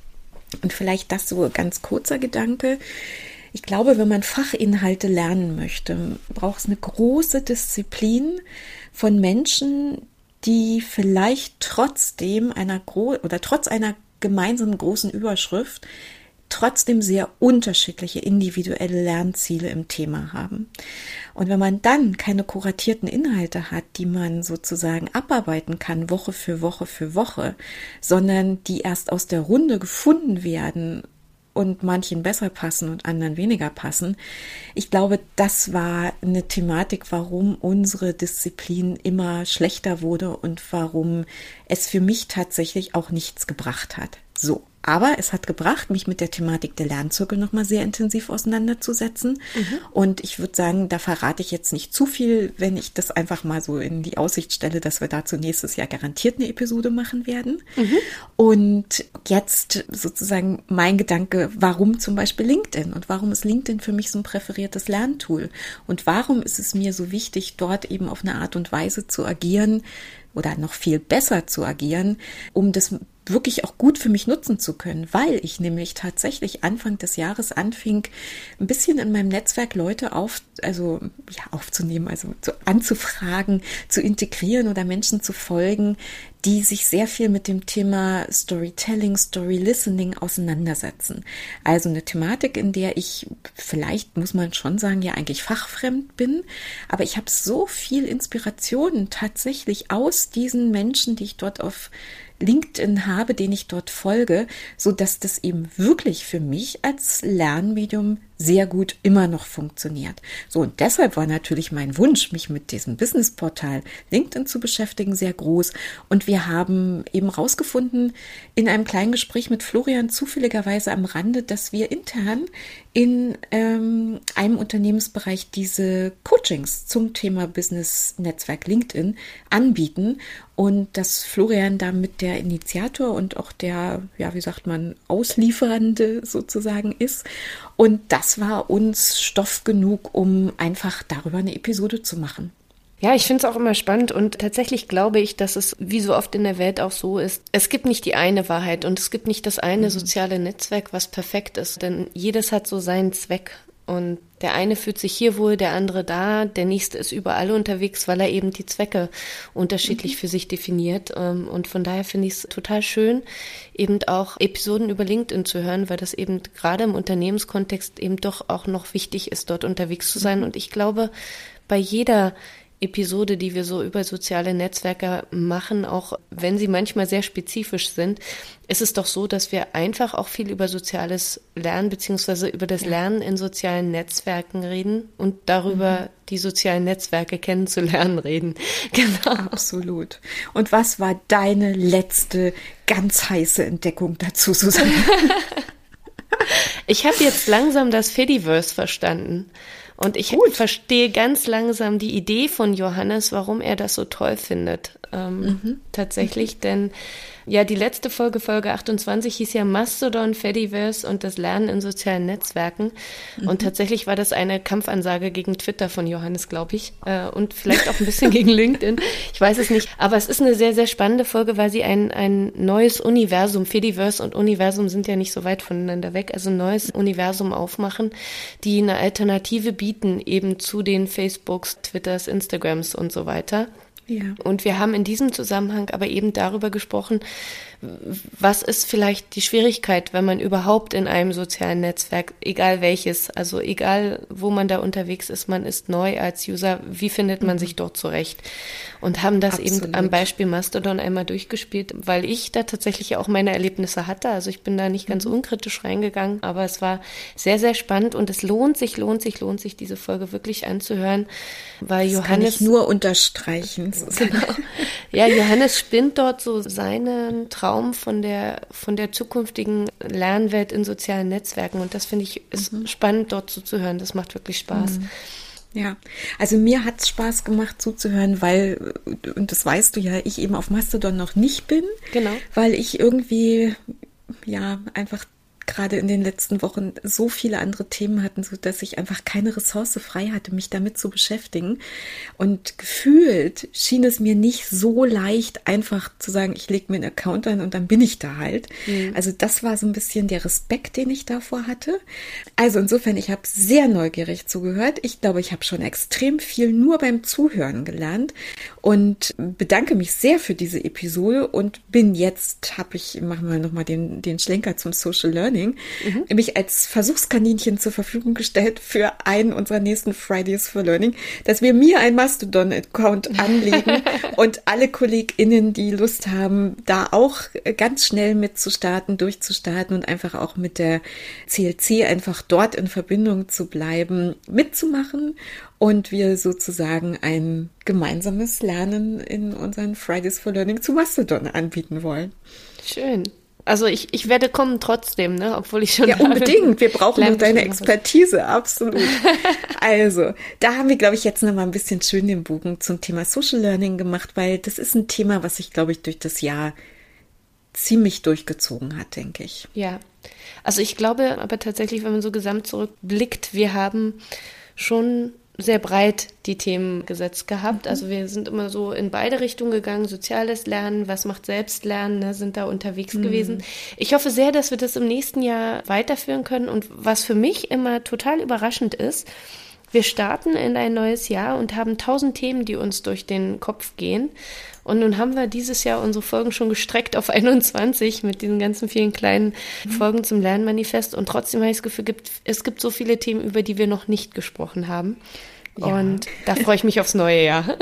Und vielleicht das so ganz kurzer Gedanke. Ich glaube, wenn man Fachinhalte lernen möchte, braucht es eine große Disziplin von Menschen, die vielleicht trotzdem einer gro- oder trotz einer gemeinsamen großen Überschrift trotzdem sehr unterschiedliche individuelle Lernziele im Thema haben. Und wenn man dann keine kuratierten Inhalte hat, die man sozusagen abarbeiten kann, Woche für Woche für Woche, sondern die erst aus der Runde gefunden werden und manchen besser passen und anderen weniger passen. Ich glaube, das war eine Thematik, warum unsere Disziplin immer schlechter wurde und warum es für mich tatsächlich auch nichts gebracht hat. So. Aber es hat gebracht, mich mit der Thematik der Lernzirkel nochmal sehr intensiv auseinanderzusetzen. Mhm. Und ich würde sagen, da verrate ich jetzt nicht zu viel, wenn ich das einfach mal so in die Aussicht stelle, dass wir dazu nächstes Jahr garantiert eine Episode machen werden. Mhm. Und jetzt sozusagen mein Gedanke, warum zum Beispiel LinkedIn und warum ist LinkedIn für mich so ein präferiertes Lerntool? Und warum ist es mir so wichtig, dort eben auf eine Art und Weise zu agieren oder noch viel besser zu agieren, um das wirklich auch gut für mich nutzen zu können, weil ich nämlich tatsächlich Anfang des Jahres anfing, ein bisschen in meinem Netzwerk Leute auf, also ja, aufzunehmen, also zu, anzufragen, zu integrieren oder Menschen zu folgen, die sich sehr viel mit dem Thema Storytelling, Story Listening auseinandersetzen. Also eine Thematik, in der ich vielleicht, muss man schon sagen, ja eigentlich fachfremd bin, aber ich habe so viel Inspiration tatsächlich aus diesen Menschen, die ich dort auf LinkedIn habe, den ich dort folge, so dass das eben wirklich für mich als Lernmedium sehr gut immer noch funktioniert. So, und deshalb war natürlich mein Wunsch, mich mit diesem Businessportal LinkedIn zu beschäftigen, sehr groß. Und wir haben eben rausgefunden in einem kleinen Gespräch mit Florian zufälligerweise am Rande, dass wir intern in ähm, einem Unternehmensbereich diese Coachings zum Thema Business-Netzwerk LinkedIn anbieten und dass Florian damit der Initiator und auch der, ja, wie sagt man, Auslieferende sozusagen ist. Und das war uns Stoff genug, um einfach darüber eine Episode zu machen. Ja, ich finde es auch immer spannend und tatsächlich glaube ich, dass es wie so oft in der Welt auch so ist, es gibt nicht die eine Wahrheit und es gibt nicht das eine mhm. soziale Netzwerk, was perfekt ist, denn jedes hat so seinen Zweck und der eine fühlt sich hier wohl, der andere da, der nächste ist überall unterwegs, weil er eben die Zwecke unterschiedlich mhm. für sich definiert und von daher finde ich es total schön, eben auch Episoden über LinkedIn zu hören, weil das eben gerade im Unternehmenskontext eben doch auch noch wichtig ist, dort unterwegs zu sein und ich glaube, bei jeder Episode, die wir so über soziale Netzwerke machen, auch wenn sie manchmal sehr spezifisch sind, ist es doch so, dass wir einfach auch viel über soziales Lernen beziehungsweise über das Lernen in sozialen Netzwerken reden und darüber mhm. die sozialen Netzwerke kennenzulernen reden. Genau. Absolut. Und was war deine letzte ganz heiße Entdeckung dazu, Susanne? Ich habe jetzt langsam das Fediverse verstanden. Und ich Gut. verstehe ganz langsam die Idee von Johannes, warum er das so toll findet. Ähm, mhm. Tatsächlich, mhm. denn ja, die letzte Folge, Folge achtundzwanzig, hieß ja Mastodon, Fediverse und das Lernen in sozialen Netzwerken. Mhm. Und tatsächlich war das eine Kampfansage gegen Twitter von Johannes, glaube ich. Äh, und vielleicht auch ein bisschen gegen LinkedIn. Ich weiß es nicht. Aber es ist eine sehr, sehr spannende Folge, weil sie ein, ein neues Universum, Fediverse und Universum sind ja nicht so weit voneinander weg, also ein neues Universum aufmachen, die eine Alternative bieten eben zu den Facebooks, Twitters, Instagrams und so weiter. Ja. Und wir haben in diesem Zusammenhang aber eben darüber gesprochen, was ist vielleicht die Schwierigkeit, wenn man überhaupt in einem sozialen Netzwerk, egal welches, also egal wo man da unterwegs ist, man ist neu als User, wie findet man mhm. sich dort zurecht? Und haben das Absolut. eben am Beispiel Mastodon einmal durchgespielt, weil ich da tatsächlich auch meine Erlebnisse hatte, also ich bin da nicht ganz mhm. unkritisch reingegangen, aber es war sehr, sehr spannend und es lohnt sich, lohnt sich, lohnt sich, diese Folge wirklich anzuhören, weil das Johannes... kann ich nur unterstreichen. Genau. Ja, Johannes spinnt dort so seinen Traum von der von der zukünftigen Lernwelt in sozialen Netzwerken und das finde ich ist mhm. spannend dort zuzuhören. Das macht wirklich Spaß. Mhm. Ja, also mir hat es Spaß gemacht zuzuhören, weil, und das weißt du ja, ich eben auf Mastodon noch nicht bin, genau. weil ich irgendwie ja einfach gerade in den letzten Wochen so viele andere Themen hatten, so dass ich einfach keine Ressource frei hatte, mich damit zu beschäftigen. Und gefühlt schien es mir nicht so leicht, einfach zu sagen, ich lege mir einen Account an und dann bin ich da halt. Mhm. Also das war so ein bisschen der Respekt, den ich davor hatte. Also insofern, ich habe sehr neugierig zugehört. Ich glaube, ich habe schon extrem viel nur beim Zuhören gelernt und bedanke mich sehr für diese Episode und bin jetzt, habe ich, machen wir nochmal den, den Schlenker zum Social Learning, mhm. mich als Versuchskaninchen zur Verfügung gestellt für einen unserer nächsten Fridays for Learning, dass wir mir einen Mastodon-Account anlegen und alle KollegInnen, die Lust haben, da auch ganz schnell mitzustarten, durchzustarten und einfach auch mit der C L C einfach dort in Verbindung zu bleiben, mitzumachen und wir sozusagen ein gemeinsames Lernen in unseren Fridays for Learning zu Mastodon anbieten wollen. Schön. Also ich, ich werde kommen trotzdem, ne, obwohl ich schon... Ja, unbedingt. Wir brauchen nur deine Expertise, absolut. Also, da haben wir, glaube ich, jetzt noch mal ein bisschen schön den Bogen zum Thema Social Learning gemacht, weil das ist ein Thema, was sich, glaube ich, durch das Jahr ziemlich durchgezogen hat, denke ich. Ja, also ich glaube aber tatsächlich, wenn man so gesamt zurückblickt, wir haben schon sehr breit die Themen gesetzt gehabt. Also wir sind immer so in beide Richtungen gegangen, soziales Lernen, was macht Selbstlernen, ne, sind da unterwegs mhm. gewesen. Ich hoffe sehr, dass wir das im nächsten Jahr weiterführen können und was für mich immer total überraschend ist, wir starten in ein neues Jahr und haben tausend Themen, die uns durch den Kopf gehen. Und nun haben wir dieses Jahr unsere Folgen schon gestreckt auf einundzwanzig mit diesen ganzen vielen kleinen Folgen zum Lernmanifest. Und trotzdem habe ich das Gefühl, es gibt so viele Themen, über die wir noch nicht gesprochen haben. Ja. Und da freue ich mich aufs neue Jahr.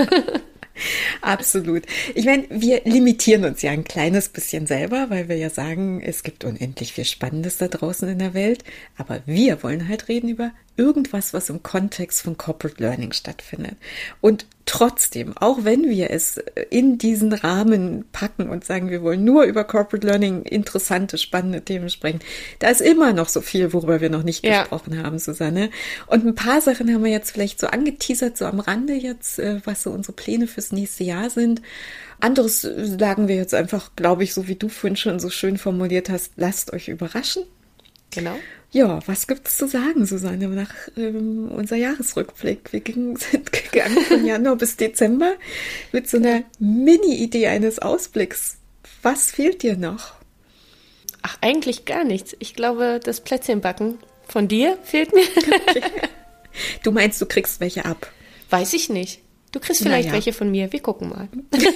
Absolut. Ich meine, wir limitieren uns ja ein kleines bisschen selber, weil wir ja sagen, es gibt unendlich viel Spannendes da draußen in der Welt. Aber wir wollen halt reden über irgendwas, was im Kontext von Corporate Learning stattfindet. Und trotzdem, auch wenn wir es in diesen Rahmen packen und sagen, wir wollen nur über Corporate Learning interessante, spannende Themen sprechen, da ist immer noch so viel, worüber wir noch nicht ja. gesprochen haben, Susanne. Und ein paar Sachen haben wir jetzt vielleicht so angeteasert, so am Rande jetzt, was so unsere Pläne fürs nächste Jahr sind. Anderes sagen wir jetzt einfach, glaube ich, so wie du vorhin schon so schön formuliert hast, lasst euch überraschen. Genau. Ja, was gibt's zu sagen, Susanne, nach ähm, unser Jahresrückblick? Wir ging, sind gegangen von Januar bis Dezember mit so einer Mini-Idee eines Ausblicks. Was fehlt dir noch? Ach, eigentlich gar nichts. Ich glaube, das Plätzchenbacken von dir fehlt mir. Okay. Du meinst, du kriegst welche ab? Weiß ich nicht. Du kriegst vielleicht naja. welche von mir. Wir gucken mal.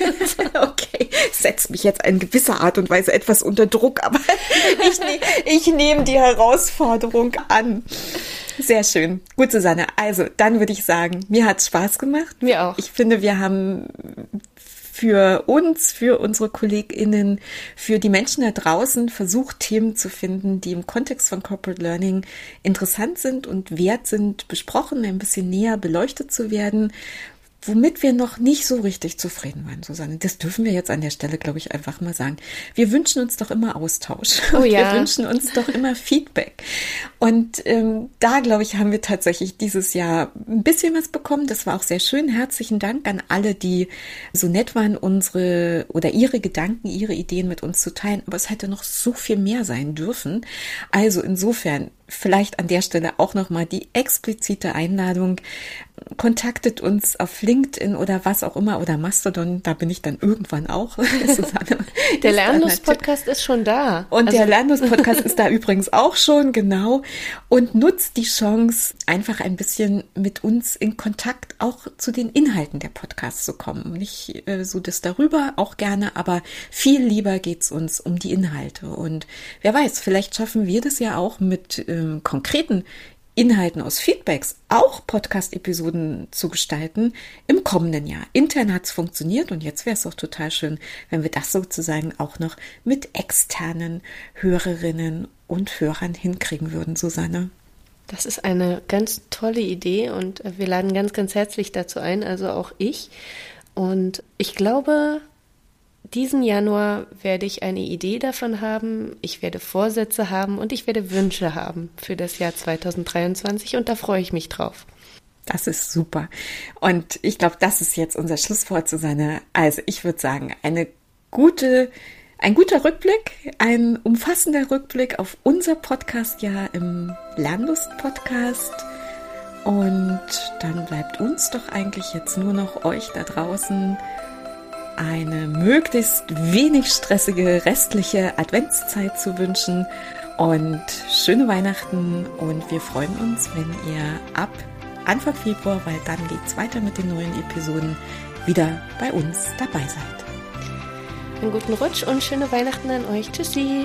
Okay, setzt mich jetzt in gewisser Art und Weise etwas unter Druck, aber ich, ne- ich nehme die Herausforderung an. Sehr schön. Gut, Susanne. Also, dann würde ich sagen, mir hat's Spaß gemacht. Mir auch. Ich finde, wir haben für uns, für unsere KollegInnen, für die Menschen da draußen versucht, Themen zu finden, die im Kontext von Corporate Learning interessant sind und wert sind, besprochen, ein bisschen näher beleuchtet zu werden. Womit wir noch nicht so richtig zufrieden waren, Susanne. Das dürfen wir jetzt an der Stelle, glaube ich, einfach mal sagen. Wir wünschen uns doch immer Austausch. Oh ja. Wir wünschen uns doch immer Feedback. Und ähm, da, glaube ich, haben wir tatsächlich dieses Jahr ein bisschen was bekommen. Das war auch sehr schön. Herzlichen Dank an alle, die so nett waren, unsere oder ihre Gedanken, ihre Ideen mit uns zu teilen. Aber es hätte noch so viel mehr sein dürfen. Also insofern vielleicht an der Stelle auch nochmal die explizite Einladung. Kontaktet uns auf LinkedIn oder was auch immer oder Mastodon, da bin ich dann irgendwann auch. Susanne, der Lernlust-Podcast ist schon da. Und also. der Lernlust-Podcast ist da übrigens auch schon, genau. Und nutzt die Chance, einfach ein bisschen mit uns in Kontakt auch zu den Inhalten der Podcasts zu kommen. Nicht äh, so das darüber, auch gerne, aber viel lieber geht's uns um die Inhalte. Und wer weiß, vielleicht schaffen wir das ja auch mit ähm, konkreten Inhalten aus Feedbacks auch Podcast-Episoden zu gestalten im kommenden Jahr. Intern hat es funktioniert und jetzt wäre es auch total schön, wenn wir das sozusagen auch noch mit externen Hörerinnen und Hörern hinkriegen würden, Susanne. Das ist eine ganz tolle Idee und wir laden ganz, ganz herzlich dazu ein, also auch ich. Und ich glaube, diesen Januar werde ich eine Idee davon haben, ich werde Vorsätze haben und ich werde Wünsche haben für das Jahr zwanzig dreiundzwanzig und da freue ich mich drauf. Das ist super. Und ich glaube, das ist jetzt unser Schlusswort, Susanne. Also ich würde sagen, eine gute Ein guter Rückblick, ein umfassender Rückblick auf unser Podcast-Jahr im Lernlust-Podcast. Und dann bleibt uns doch eigentlich jetzt nur noch euch da draußen eine möglichst wenig stressige restliche Adventszeit zu wünschen und schöne Weihnachten. Und wir freuen uns, wenn ihr ab Anfang Februar, weil dann geht's weiter mit den neuen Episoden, wieder bei uns dabei seid. Einen guten Rutsch und schöne Weihnachten an euch. Tschüssi.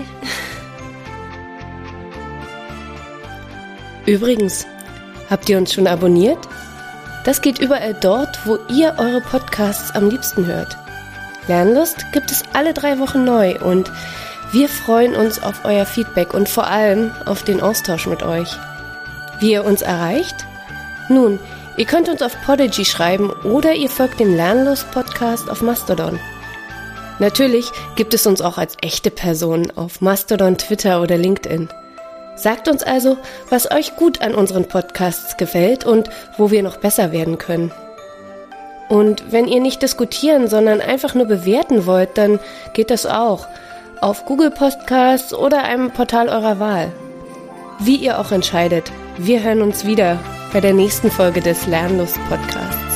Übrigens, habt ihr uns schon abonniert? Das geht überall dort, wo ihr eure Podcasts am liebsten hört. Lernlust gibt es alle drei Wochen neu und wir freuen uns auf euer Feedback und vor allem auf den Austausch mit euch. Wie ihr uns erreicht? Nun, ihr könnt uns auf Podigy schreiben oder ihr folgt dem Lernlust-Podcast auf Mastodon. Natürlich gibt es uns auch als echte Personen auf Mastodon, Twitter oder LinkedIn. Sagt uns also, was euch gut an unseren Podcasts gefällt und wo wir noch besser werden können. Und wenn ihr nicht diskutieren, sondern einfach nur bewerten wollt, dann geht das auch. Auf Google Podcasts oder einem Portal eurer Wahl. Wie ihr auch entscheidet, wir hören uns wieder bei der nächsten Folge des Lernlust-Podcasts.